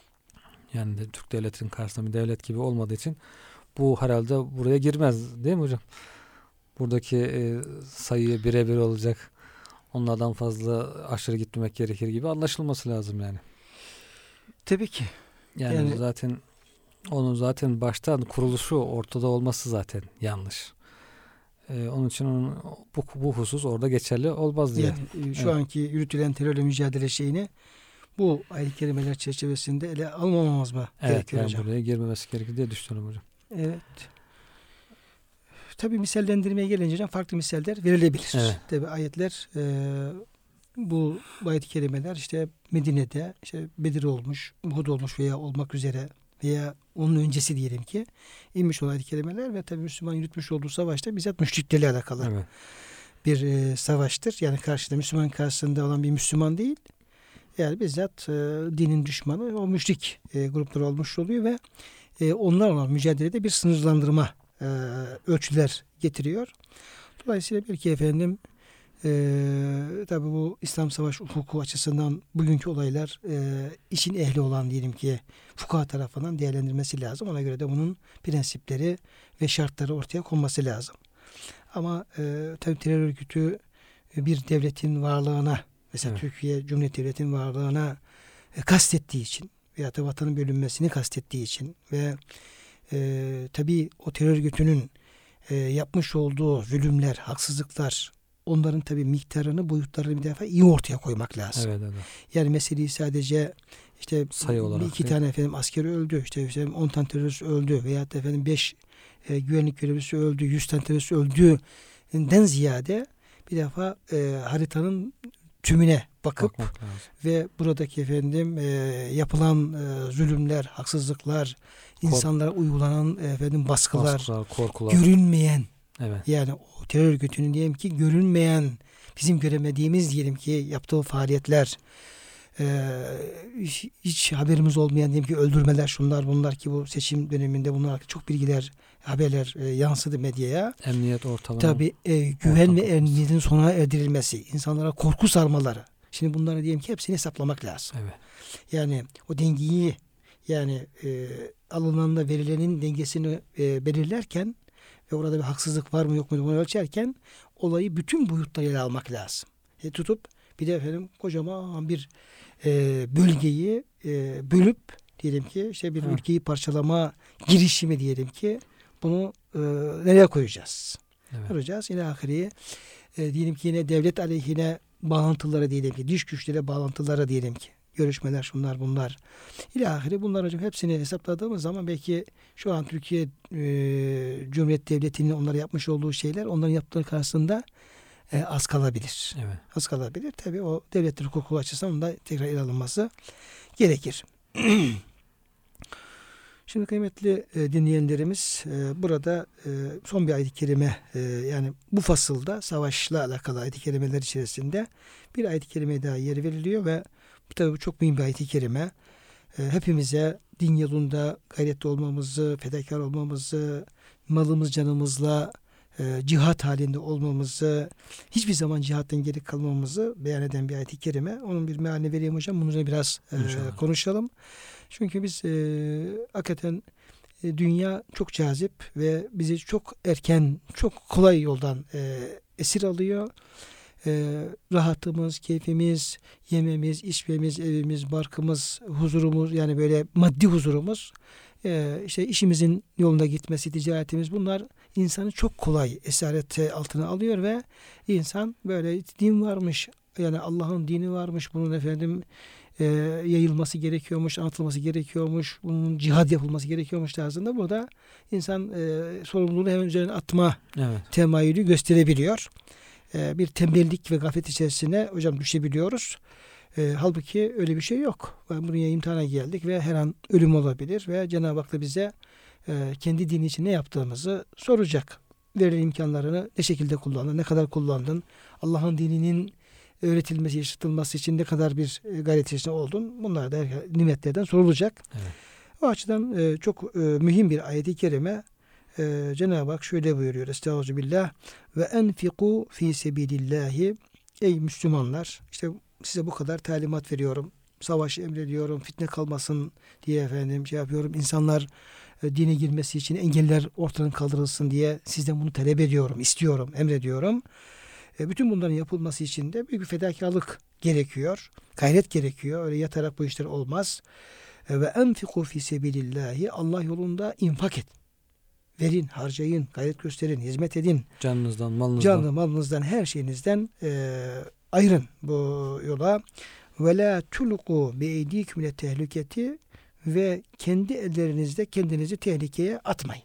yani de Türk devletinin karşısında bir devlet gibi olmadığı için bu herhalde buraya girmez değil mi hocam? Buradaki e, sayı birebir olacak. Onlardan fazla aşırı gitmemek gerekir gibi anlaşılması lazım yani. Tabii ki. Yani, yani zaten onun zaten baştan kuruluşu ortada olması zaten yanlış. Ee, onun için onun, bu, bu husus orada geçerli olmaz diye. Yani, şu evet. anki yürütülen terörle mücadele şeyini bu ayet-i kerimeler çerçevesinde ele almamamız mı evet, gerekiyor yani hocam? buraya girmemesi gerekir diye düşünüyorum hocam. Evet. Tabii misallendirmeye gelince hocam farklı misaller verilebilir. Evet. Tabii ayetler e, bu ayet-i kerimeler işte Medine'de işte Bedir olmuş, Uhud olmuş veya olmak üzere veya onun öncesi diyelim ki inmiş olan ayet-i kerimeler ve tabi Müslüman yürütmüş olduğu savaşta bizzat müşriklerle alakalı Evet. bir e, savaştır. Yani karşıda Müslüman karşısında olan bir Müslüman değil. Yani bizzat e, dinin düşmanı o müşrik e, grupları olmuş oluyor ve e, onlar olan mücadelede bir sınırlandırma e, ölçüler getiriyor. Dolayısıyla belki efendim e, tabi bu İslam savaş hukuku açısından bugünkü olaylar e, işin ehli olan diyelim ki fukaha tarafından değerlendirmesi lazım. Ona göre de bunun prensipleri ve şartları ortaya konması lazım. Ama e, tabi terör örgütü bir devletin varlığına, mesela evet. Türkiye Cumhuriyeti Devleti'nin varlığına e, kastettiği için veya da vatanın bölünmesini kastettiği için ve e, tabi o terör örgütünün e, yapmış olduğu zulümler, haksızlıklar, onların tabi miktarını, boyutlarını bir defa iyi ortaya koymak lazım. Evet, evet. Yani meseleyi sadece işte sayı olarak bir iki tane efendim askeri öldü, işte efendim on tane terörist öldü veya da efendim beş e, güvenlik görevlisi öldü, yüz tane terörist öldüğünden ziyade bir defa e, haritanın tümüne bakıp ve buradaki efendim e, yapılan e, zulümler, haksızlıklar, Kork- insanlara uygulanan efendim baskılar, baskılar, korkular, görünmeyen, evet. Yani o terör örgütünün diyelim ki görünmeyen, bizim göremediğimiz diyelim ki yaptığı faaliyetler, e, hiç, hiç haberimiz olmayan diyelim ki öldürmeler, şunlar bunlar ki bu seçim döneminde bunlar çok bilgiler, haberler e, yansıdı medyaya. Emniyet ortalama. Tabii e, güven ortalama. Ve emniyetin sona erdirilmesi, insanlara korku sarmaları. Şimdi bunları diyelim ki hepsini hesaplamak lazım. Evet. Yani o dengeyi, yani e, alınanla verilenin dengesini e, belirlerken ve orada bir haksızlık var mı yok mu bunu ölçerken olayı bütün boyutlarıyla ele almak lazım. E, tutup bir de efendim kocaman bir e, bölgeyi e, bölüp diyelim ki işte bir Hı. ülkeyi parçalama girişimi diyelim ki bunu e, nereye koyacağız? Evet. Koyacağız. Yine ahiriye e, diyelim ki yine devlet aleyhine bağlantıları diyelim ki dış güçlere bağlantıları diyelim ki görüşmeler şunlar bunlar. İlahiri bunlar hocam hepsini hesapladığımız zaman belki şu an Türkiye e, Cumhuriyet Devleti'nin onlara yapmış olduğu şeyler onların yaptığı karşısında e, az kalabilir. Evet. Az kalabilir. Tabii o devletler hukuku açısından da tekrar ele alınması gerekir. Şimdi kıymetli e, dinleyenlerimiz e, burada e, son bir ayet-i kerime e, yani bu fasılda savaşla alakalı ayet-i kerimeler içerisinde bir ayet-i kerimeye daha yer veriliyor ve bu tabii çok mühim bir ayet-i kerime. E, hepimize din yolunda gayretli olmamızı, fedakar olmamızı, malımız canımızla e, cihat halinde olmamızı, hiçbir zaman cihattan geri kalmamızı beyan eden bir ayet-i kerime. Onun bir mealini vereyim hocam. Bunun üzerine biraz e, konuşalım. Çünkü biz e, hakikaten e, dünya çok cazip ve bizi çok erken, çok kolay yoldan e, esir alıyor. E, rahatımız, keyfimiz, yememiz, içmemiz, evimiz, barkımız, huzurumuz yani böyle maddi huzurumuz, e, işte işimizin yolunda gitmesi, ticaretimiz bunlar insanı çok kolay esaret altına alıyor ve insan böyle din varmış yani Allah'ın dini varmış bunun efendim e, yayılması gerekiyormuş, anlatılması gerekiyormuş, bunun cihad yapılması gerekiyormuş tarzında burada insan e, sorumluluğunu hemen üzerine atma evet. temayülü gösterebiliyor. E, bir tembellik ve gaflet içerisine hocam düşebiliyoruz. E, halbuki öyle bir şey yok. Buraya imtihana geldik ve her an ölüm olabilir ve Cenab-ı Hak da bize e, kendi dini için ne yaptığımızı soracak. Verilen imkanlarını ne şekilde kullandın, ne kadar kullandın, Allah'ın dininin öğretilmesi, yaşatılması için ne kadar bir gayret içerisinde oldun. Bunlar da nimetlerden sorulacak. Evet. O açıdan e, çok e, mühim bir ayet-i kerime. E, Cenab-ı Hak şöyle buyuruyor. Estağfirullah ve enfiku fi sebilillahi. Ey Müslümanlar, işte size bu kadar talimat veriyorum. Savaşı emrediyorum. Fitne kalmasın diye efendim şey yapıyorum. İnsanlar e, dine girmesi için engeller ortadan kaldırılsın diye sizden bunu talep ediyorum, istiyorum, emrediyorum. Bütün bunların yapılması için de büyük bir fedakarlık gerekiyor. Gayret gerekiyor. Öyle yatarak bu işler olmaz. Ve enfiku fi sebilillahi. Allah yolunda infak et. Verin, harcayın, gayret gösterin, hizmet edin. Canınızdan, malınızdan. Canlı, malınızdan, her şeyinizden e, ayırın bu yola. Ve la tulqu bi eydikum ile tehliketi ve kendi ellerinizde kendinizi tehlikeye atmayın.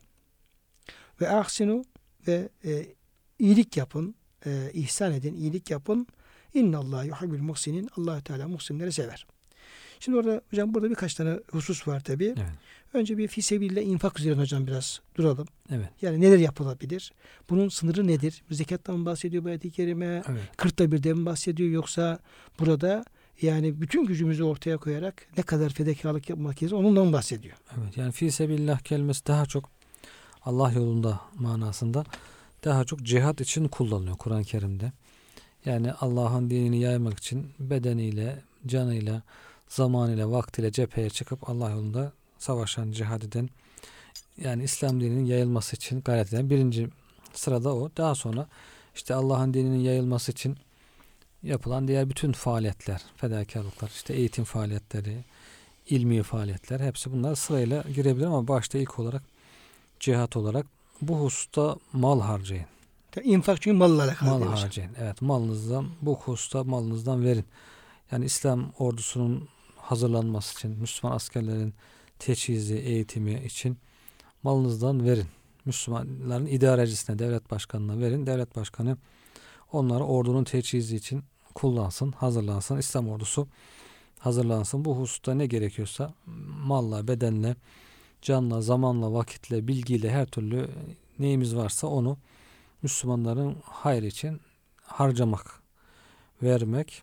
Ve ahsinu ve e, iyilik yapın. E, ihsan edin, iyilik yapın. İnnallâhu yuhibbul muhsinin. Allah-u Teala muhsinleri sever. Şimdi orada hocam burada birkaç tane husus var tabii. Evet. Önce bir fisebillah infak üzerine hocam biraz duralım. Evet. Yani neler yapılabilir? Bunun sınırı nedir? Zekattan mı bahsediyor bu ayet-i kerime? Evet. Kırkta birden mi bahsediyor? Yoksa burada yani bütün gücümüzü ortaya koyarak ne kadar fedakarlık yapmak gerekir onunla mı bahsediyor? Evet. Yani fisebillah kelimesi daha çok Allah yolunda manasında, daha çok cihat için kullanılıyor Kur'an-ı Kerim'de. Yani Allah'ın dinini yaymak için bedeniyle, canıyla, zamanıyla, vaktiyle cepheye çıkıp Allah yolunda savaşan, cihad eden, yani İslam dininin yayılması için gayret eden birinci sırada o. Daha sonra işte Allah'ın dininin yayılması için yapılan diğer bütün faaliyetler, fedakarlıklar, işte eğitim faaliyetleri, ilmi faaliyetler, hepsi bunlar sırayla girebilir ama başta ilk olarak cihat olarak bu hususta mal harcayın. İnfak çünkü malla alakalı. Mal hocam. harcayın. Evet, malınızdan, bu hususta malınızdan verin. Yani İslam ordusunun hazırlanması için, Müslüman askerlerin teçhizi, eğitimi için malınızdan verin. Müslümanların idarecisine, devlet başkanına verin. Devlet başkanı onları ordunun teçhizi için kullansın, hazırlansın. İslam ordusu hazırlansın. Bu hususta ne gerekiyorsa malla, bedenle, canla, zamanla, vakitle, bilgiyle, her türlü neyimiz varsa onu Müslümanların hayrı için harcamak, vermek.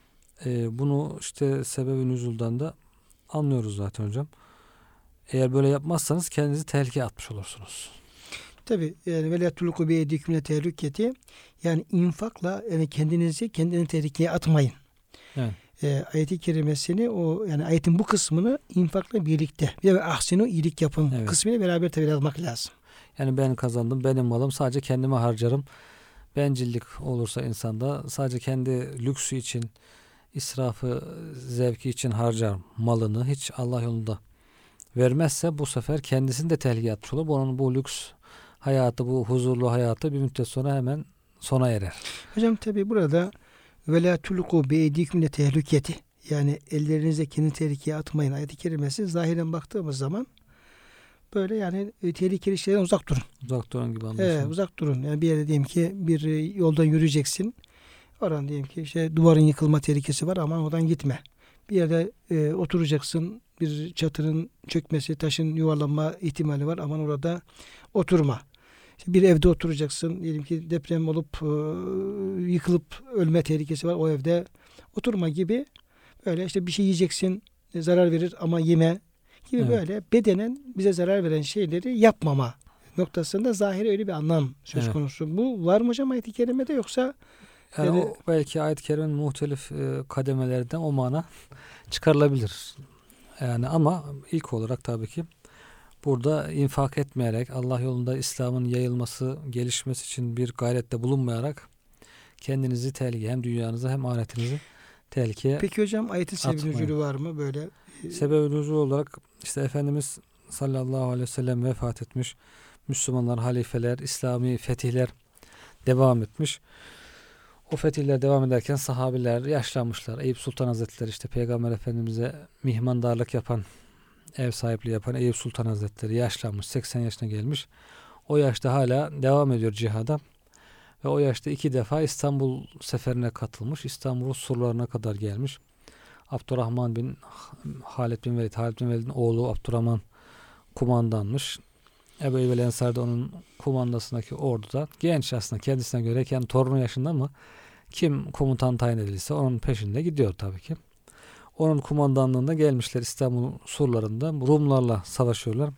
Ee, bunu işte sebebi nüzuldan da anlıyoruz zaten hocam. Eğer böyle yapmazsanız kendinizi tehlikeye atmış olursunuz. Tabi yani velâ tulku bi eydikümle tehlüketi, yani infakla yani kendinizi kendini tehlikeye atmayın. Evet. E, ayet-i kerimesini o yani ayetin bu kısmını infakla birlikte ve ahsinu iyilik yapın Evet. kısmıyla beraber tabi almak lazım. Yani ben kazandım, benim malım, sadece kendime harcarım. Bencillik olursa insanda sadece kendi lüksü için, israfı, zevki için harcar malını, hiç Allah yolunda vermezse bu sefer kendisini de tehlikeye atmış olur. Bunun bu lüks hayatı, bu huzurlu hayatı bir müddet sonra hemen sona erer. Hocam tabi burada velâ tulku bi eydikümle tehlüketi, yani ellerinizle kendini tehlikeye atmayın ayet-i kerimesi zahiren baktığımız zaman böyle yani e, tehlikeli şeylerden uzak durun. Uzak durun gibi anlaşılıyor. Evet, uzak durun. Yani bir yere diyelim ki bir e, yoldan yürüyeceksin. Oran diyelim ki işte duvarın yıkılma tehlikesi var, ama oradan gitme. Bir yerde e, oturacaksın. Bir çatının çökmesi, taşın yuvarlanma ihtimali var. Aman orada oturma. İşte bir evde oturacaksın. Diyelim ki deprem olup e, yıkılıp ölme tehlikesi var. O evde oturma gibi. Böyle işte bir şey yiyeceksin. e, zarar verir ama yeme gibi, Evet. böyle bedenen bize zarar veren şeyleri yapmama noktasında zahiri öyle bir anlam söz Evet. konusu. Bu var mı hocam ayet-i kerimede, yoksa Yani yani- o belki ayet-i kerimenin muhtelif e, kademelerden o mana çıkarılabilir. Yani ama ilk olarak tabii ki burada infak etmeyerek, Allah yolunda İslam'ın yayılması, gelişmesi için bir gayrette bulunmayarak kendinizi tehlikeye, hem dünyanızı hem ahiretinizi tehlikeye. Peki hocam ayetin sebebi atmayın. nüzulü var mı böyle? Sebeb-i nüzul olarak işte Efendimiz sallallahu aleyhi ve sellem vefat etmiş. Müslümanlar, halifeler, İslami fetihler devam etmiş. O fetihler devam ederken sahabiler yaşlanmışlar. Eyüp Sultan Hazretleri, işte Peygamber Efendimiz'e mihmandarlık yapan, ev sahipliği yapan Eyüp Sultan Hazretleri yaşlanmış. seksen yaşına gelmiş. O yaşta hala devam ediyor cihada. Ve o yaşta iki defa İstanbul seferine katılmış. İstanbul'un surlarına kadar gelmiş. Abdurrahman bin Halid bin Velid, Halid bin Velid'in oğlu Abdurrahman kumandanmış. Ebu Eyyub el-Ensari de onun kumandasındaki orduda. Genç aslında, kendisine göre kendi torunu yaşında, ama kim komutan tayin edilirse onun peşinde gidiyor tabii ki. Onun kumandanlığında gelmişler İstanbul surlarında. Rumlarla savaşıyorlar.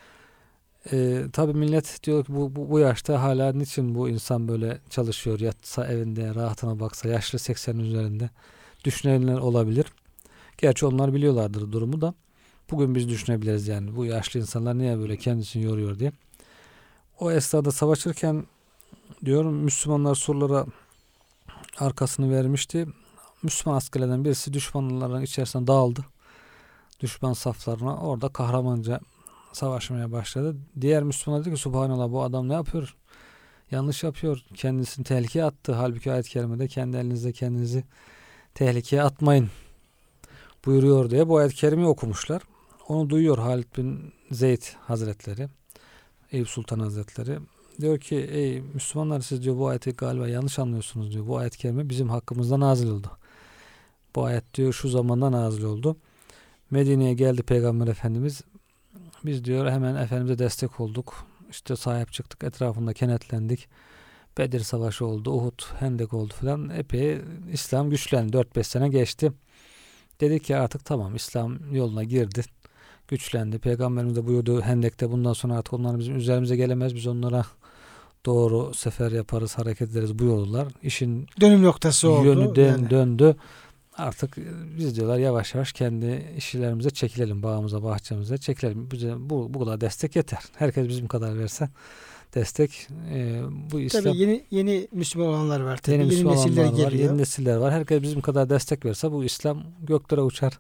Ee, tabii millet diyor ki bu, bu, bu yaşta hala niçin bu insan böyle çalışıyor, yatsa evinde rahatına baksa, yaşlı seksenin üzerinde düşünenler olabilir. Gerçi onlar biliyorlardır durumu da. Bugün biz düşünebiliriz yani bu yaşlı insanlar niye böyle kendisini yoruyor diye. O esnada savaşırken diyorum Müslümanlar surlara arkasını vermişti. Müslüman askerlerden birisi düşmanların içerisine dağıldı. Düşman saflarına orada kahramanca savaşmaya başladı. Diğer Müslümanlar dedi ki Subhanallah, bu adam ne yapıyor? Yanlış yapıyor. Kendisini tehlikeye attı. Halbuki ayet-i kerimede kendi elinizde kendinizi tehlikeye atmayın buyuruyor diye bu ayet-i kerimeyi okumuşlar. Onu duyuyor Halid bin Zeyd Hazretleri, Eyüp Sultan Hazretleri. Diyor ki ey Müslümanlar, siz diyor bu ayeti galiba yanlış anlıyorsunuz diyor. Bu ayet-i kerime bizim hakkımızda nazil oldu. Bu ayet diyor şu zamanda nazil oldu. Medine'ye geldi Peygamber Efendimiz. Biz diyor hemen Efendimiz'e destek olduk. İşte sahip çıktık, etrafında kenetlendik. Bedir Savaşı oldu, Uhud, Hendek oldu falan. Epey İslam güçlendi. dört beş sene geçti. Dedik ki artık tamam, İslam yoluna girdi. Güçlendi. Peygamberimiz de buyurdu Hendek'te, bundan sonra artık onlar bizim üzerimize gelemez. Biz onlara doğru sefer yaparız, hareket ederiz buyurdular. İşin dönüm noktası oldu. Yönü dön, yani. döndü. Artık biz diyorlar yavaş yavaş kendi işlerimize çekilelim. Bağımıza, bahçemize çekilelim. Bize bu, bu kadar destek yeter. Herkes bizim kadar verse destek. E, bu İslam, tabii yeni yeni Müslüman olanlar var. Tabii. Yeni, Yeni, yeni nesiller var, geliyor. Yeni nesiller var. Herkes bizim kadar destek verse bu İslam göklere uçar.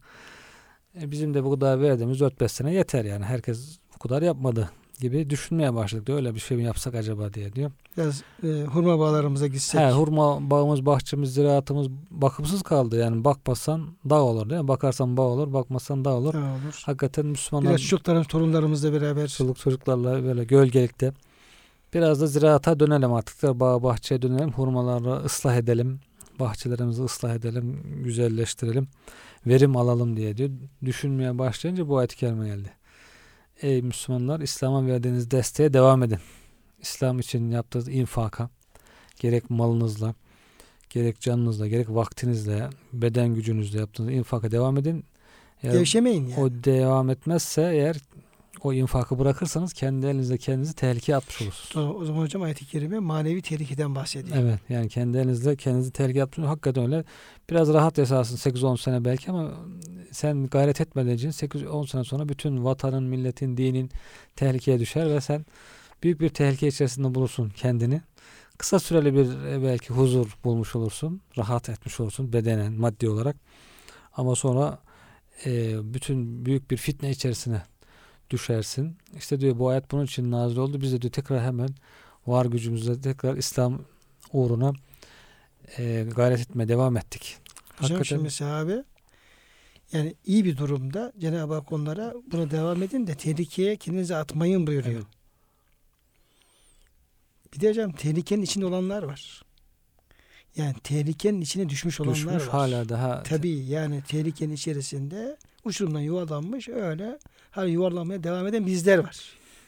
E, bizim de bu kadar verdiğimiz dört beş sene yeter yani. Herkes bu kadar yapmadı gibi düşünmeye başladık. Öyle bir şey mi yapsak acaba diye diyor. Biraz e, hurma bağlarımıza gitsek. He, hurma bağımız, bahçemiz, ziraatımız bakımsız kaldı. Yani bakmasan dağ olur değil mi? Bakarsan bağ olur, bakmasan dağ olur. Ne olur? Hakikaten Müslümanlar Biraz çocuklarımız, torunlarımızla beraber. çoluk çocuklarla böyle gölgelikte biraz da ziraata dönelim artık da bağ bahçeye dönelim. Hurmaları ıslah edelim. Bahçelerimizi ıslah edelim. Güzelleştirelim. Verim alalım diye diyor. Düşünmeye başlayınca bu ayet-i kerime geldi. Ey Müslümanlar, İslam'a verdiğiniz desteğe devam edin. İslam için yaptığınız infaka, gerek malınızla, gerek canınızla, gerek vaktinizle, beden gücünüzle yaptığınız infaka devam edin. Eğer Gevşemeyin yani. o devam etmezse eğer o infakı bırakırsanız kendi elinizle kendinizi tehlikeye atmış olursunuz. O, o zaman hocam ayet-i kerime manevi tehlikeden bahsediyor. Evet, yani kendi elinizle kendinizi tehlikeye atmış olursunuz. Hakikaten öyle. Biraz rahat yaşarsın sekiz on sene belki ama sen gayret etmediğin için sekiz on sene sonra bütün vatanın, milletin, dinin tehlikeye düşer ve sen büyük bir tehlike içerisinde bulursun kendini. Kısa süreli bir belki huzur bulmuş olursun. Rahat etmiş olursun bedenen, maddi olarak. Ama sonra e, bütün büyük bir fitne içerisine düşersin. İşte diyor bu ayet bunun için nazil oldu. Biz de diyor tekrar hemen var gücümüzle tekrar İslam uğruna e, gayret etmeye devam ettik. Hocam Hakikaten, şimdi sahabe yani iyi bir durumda Cenab-ı Hak onlara buna devam edin de tehlikeye kendinizi atmayın buyuruyor. Evet. Bir de hocam tehlikenin içinde olanlar var. Yani tehlikenin içine düşmüş olanlar düşmüş var. hala daha. Tabii yani tehlikenin içerisinde uçurumdan yuvarlanmış öyle hala yuvarlanmaya devam eden bizler var.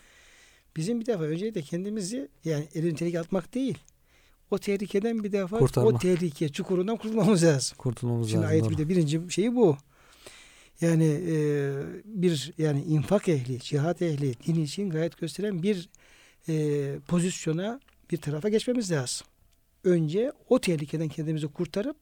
Bizim bir defa öncelikle kendimizi yani elini tehlikeye atmak değil. O tehlikeden bir defa Kurtarmak. o tehlike çukurundan kurtulmamız lazım. Kurtulmamız Şimdi lazım. ayet Doğru. bir de birinci şeyi bu. Yani e, bir yani infak ehli, cihat ehli, din için gayret gösteren bir e, pozisyona, bir tarafa geçmemiz lazım. Önce o tehlikeden kendimizi kurtarıp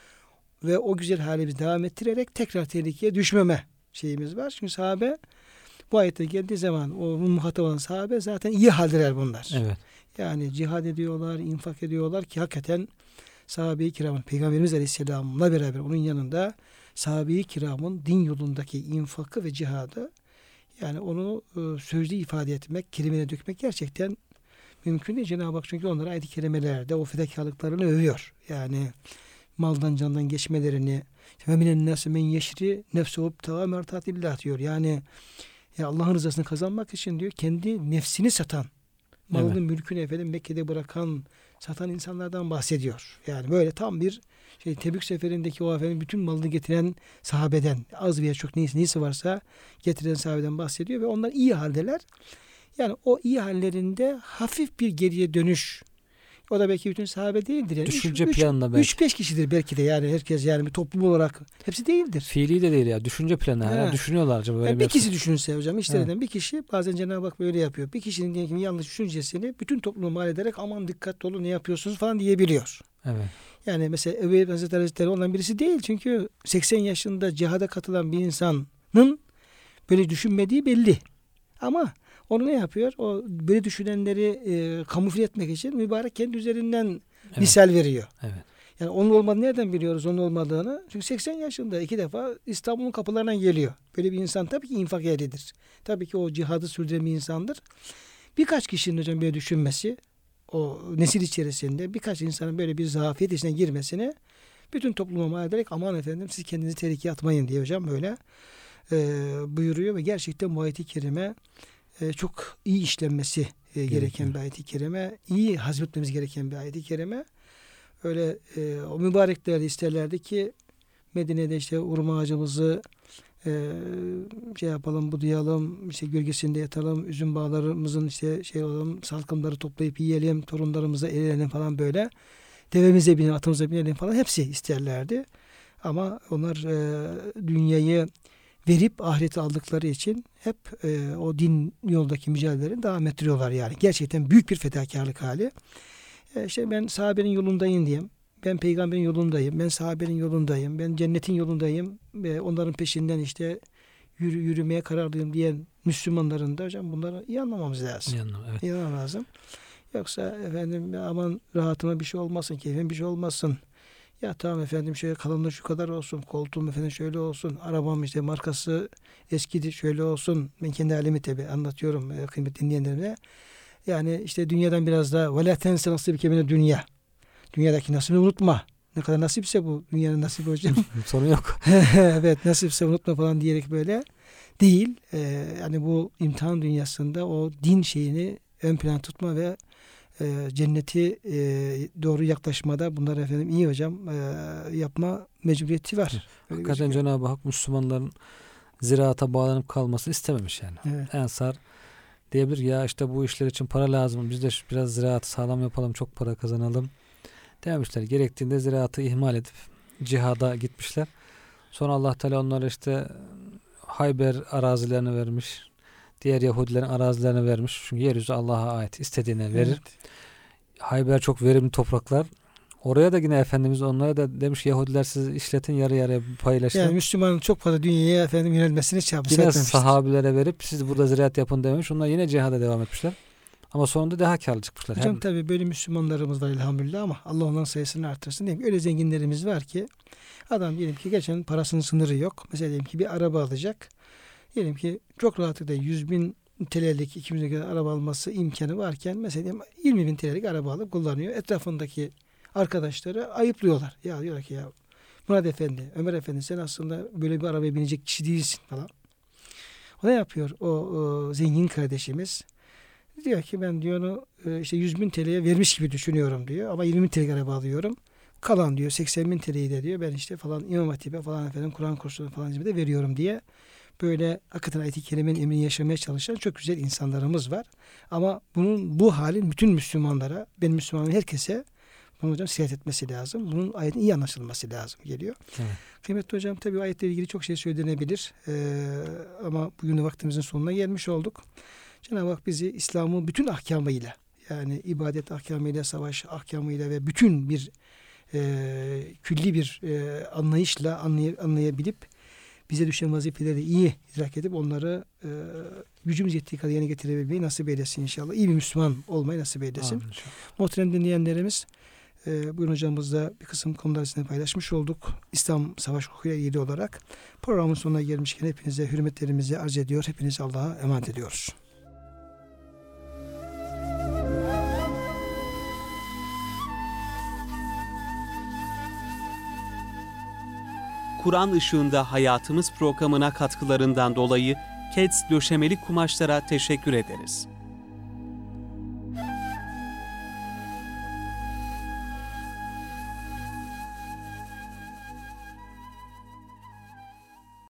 ve o güzel halimizi devam ettirerek tekrar tehlikeye düşmeme şeyimiz var. Çünkü sahabe bu ayette geldiği zaman o muhatap olan sahabe zaten iyi haldeler bunlar. Evet. Yani cihad ediyorlar, infak ediyorlar ki hakikaten sahabe-i kiramın, Peygamberimiz Aleyhisselam'la beraber onun yanında sahabe-i kiramın din yolundaki infakı ve cihadı yani onu e, sözlü ifade etmek, kelimeye dökmek gerçekten mümkün değil. Cenab-ı Hak çünkü onlara ayet-i kerimelerde o fedakarlıklarını övüyor. Yani maldan candan geçmelerini ve minen nâsü men yeşri nefsuhu ibtigâ mertâtillah diyor. Yani ya Allah'ın rızasını kazanmak için diyor kendi nefsini satan, malının Evet. mülkünü efendim Mekke'de bırakan, satan insanlardan bahsediyor. Yani böyle tam bir şey Tebük seferindeki o efendim bütün malını getiren sahabeden, az veya çok neyse, neyse varsa getiren sahabeden bahsediyor ve onlar iyi haldeler. Yani o iyi hallerinde hafif bir geriye dönüş. O da belki bütün sahabe değildir. Yani Düşünce üç, planında belki. üç beş kişidir belki de yani herkes yani bir toplum olarak hepsi değildir. Fiili de değil ya. Düşünce planı. Ha. Hala düşünüyorlar acaba böyle Yani bir bir kişi düşünse hocam işlerinden Evet. bir kişi bazen Cenab-ı Hak böyle yapıyor. Bir kişinin diyelim ki yanlış düşüncesini bütün toplumu mal ederek aman dikkatli olun ne yapıyorsunuz falan diyebiliyor. Evet. Yani mesela Ebu Bekir Hazretleri Hazretleri olan birisi değil. Çünkü seksen yaşında cihada katılan bir insanın böyle düşünmediği belli. Ama onu ne yapıyor? O böyle düşünenleri e, kamufle etmek için mübarek kendi üzerinden Evet. misal veriyor. Evet. Yani onun olmadığını nereden biliyoruz onun olmadığını? Çünkü seksen yaşında iki defa İstanbul'un kapılarına geliyor. Böyle bir insan tabii ki infak ehlidir. Tabii ki o cihadı sürdüren bir insandır. Birkaç kişinin hocam böyle düşünmesi, o nesil içerisinde birkaç insanın böyle bir zafiyet içine girmesine bütün topluma mal ederek aman efendim siz kendinizi tehlikeye atmayın diye hocam böyle e, buyuruyor ve gerçekten bu ayet-i kerime e, çok iyi işlenmesi e, gereken Gerekiyor. bir ayet-i kerime. İyi hazmetmemiz gereken bir ayet-i kerime. Öyle e, o mübarekler isterlerdi ki Medine'de işte hurma ağacımızı e, şey yapalım, budayalım, işte gölgesinde yatalım, üzüm bağlarımızın işte şey olalım, salkımları toplayıp yiyelim, torunlarımıza erelim falan böyle. Devemize binelim, atımıza binelim falan hepsi isterlerdi. Ama onlar e, dünyayı verip ahireti aldıkları için hep e, o din yoldaki mücadelelerini devam ettiriyorlar yani. Gerçekten büyük bir fedakarlık hali. E, işte ben sahabenin yolundayım diyeyim. Ben peygamberin yolundayım. Ben sahabenin yolundayım. Ben cennetin yolundayım. E, onların peşinden işte yürü, yürümeye kararlıyım diyen Müslümanların da hocam bunları iyi anlamamız lazım. İyi anlam, evet. İyi anlamamız lazım. Yoksa efendim aman rahatıma bir şey olmasın, keyfime bir şey olmasın. Ya tamam efendim şöyle kalınlığı şu kadar olsun, koltuğum efendim şöyle olsun, arabam işte markası eskidi şöyle olsun. Ben kendi halimi tabi anlatıyorum e, kıymetli dinleyenlerime. Yani işte dünyadan biraz daha وَلَا تَنْسَ نَصِيبِكَ مِنَ dünya. Dünyadaki nasibini unutma. Ne kadar nasipse bu dünyanın nasibi hocam. Sorun yok. Evet, nasipse unutma falan diyerek böyle değil. Ee, yani bu imtihan dünyasında o din şeyini ön plan tutma ve e, cenneti e, doğru yaklaşmada bunlar efendim iyi hocam e, yapma mecburiyeti var. Öyle Hakikaten gözüküyor. Cenab-ı Hak Müslümanların ziraata bağlanıp kalmasını istememiş yani. Evet. Ensar diyebilir ya işte bu işler için para lazım. Biz de biraz ziraatı sağlam yapalım, çok para kazanalım demişler. Gerektiğinde ziraatı ihmal edip cihada gitmişler. Sonra Allah Teala onlara işte Hayber arazilerini vermiş. Diğer Yahudilerin arazilerini vermiş. Çünkü yeryüzü Allah'a ait. İstediğine verir. Evet. Hayber çok verimli topraklar. Oraya da yine Efendimiz onlara da demiş Yahudiler siz işletin yarı yarıya paylaşın. Yani Müslümanın çok fazla dünyaya efendim yönelmesini çabası Yine etmemiştir. sahabilere verip siz burada ziraat yapın dememiş. Onlar yine cihada devam etmişler. Ama sonunda daha karlı çıkmışlar. Hocam Hem tabii böyle Müslümanlarımız var elhamdülillah ama Allah onların sayısını artırsın. Diyeyim. Öyle zenginlerimiz var ki adam diyelim ki geçen parasının sınırı yok. Mesela diyelim ki bir araba alacak. Diyelim ki çok rahatlıkla yüz bin T L'lik iki yüz bin kadar araba alması imkanı varken mesela diyelim yirmi bin T L'lik araba alıp kullanıyor. Etrafındaki arkadaşları ayıplıyorlar. Ya diyorlar ki ya Murat Efendi, Ömer Efendi sen aslında böyle bir arabaya binecek kişi değilsin falan. O ne yapıyor? O, o zengin kardeşimiz diyor ki ben diyor onu işte yüz bin T L'ye vermiş gibi düşünüyorum diyor. Ama yirmi bin T L'lik araba alıyorum. Kalan diyor seksen bin T L'yi de diyor ben işte falan İmam Hatip'e falan efendim Kur'an kursuna falan de veriyorum diye böyle hakikaten ayet-i kerimenin emrini yaşamaya çalışan çok güzel insanlarımız var. Ama bunun bu halin bütün Müslümanlara, ben Müslümanın herkese bunu hocam siyah etmesi lazım. Bunun ayetin iyi anlaşılması lazım geliyor. Evet. Kıymetli hocam tabii ayetle ilgili çok şey söylenebilir. Ee, ama bugün de vaktimizin sonuna gelmiş olduk. Cenab-ı Hak bizi İslam'ın bütün ahkamıyla yani ibadet ahkamıyla, savaş ahkamıyla ve bütün bir e, külli bir e, anlayışla anlay- anlayabilip bize düşen vazifeleri iyi idrak edip onları e, gücümüz yettiği kadar yerine getirebilmeyi nasip eylesin inşallah. İyi bir Müslüman olmayı nasip eylesin. Muhterem dinleyenlerimiz e, bugün hocamızla bir kısım konular sizinle paylaşmış olduk. İslam savaş hukukuyla ilgili olarak programın sonuna gelmişken hepinize hürmetlerimizi arz ediyor. Hepinizi Allah'a emanet ediyoruz. Kur'an ışığında hayatımız programına katkılarından dolayı Keds Döşemeli Kumaşlara teşekkür ederiz.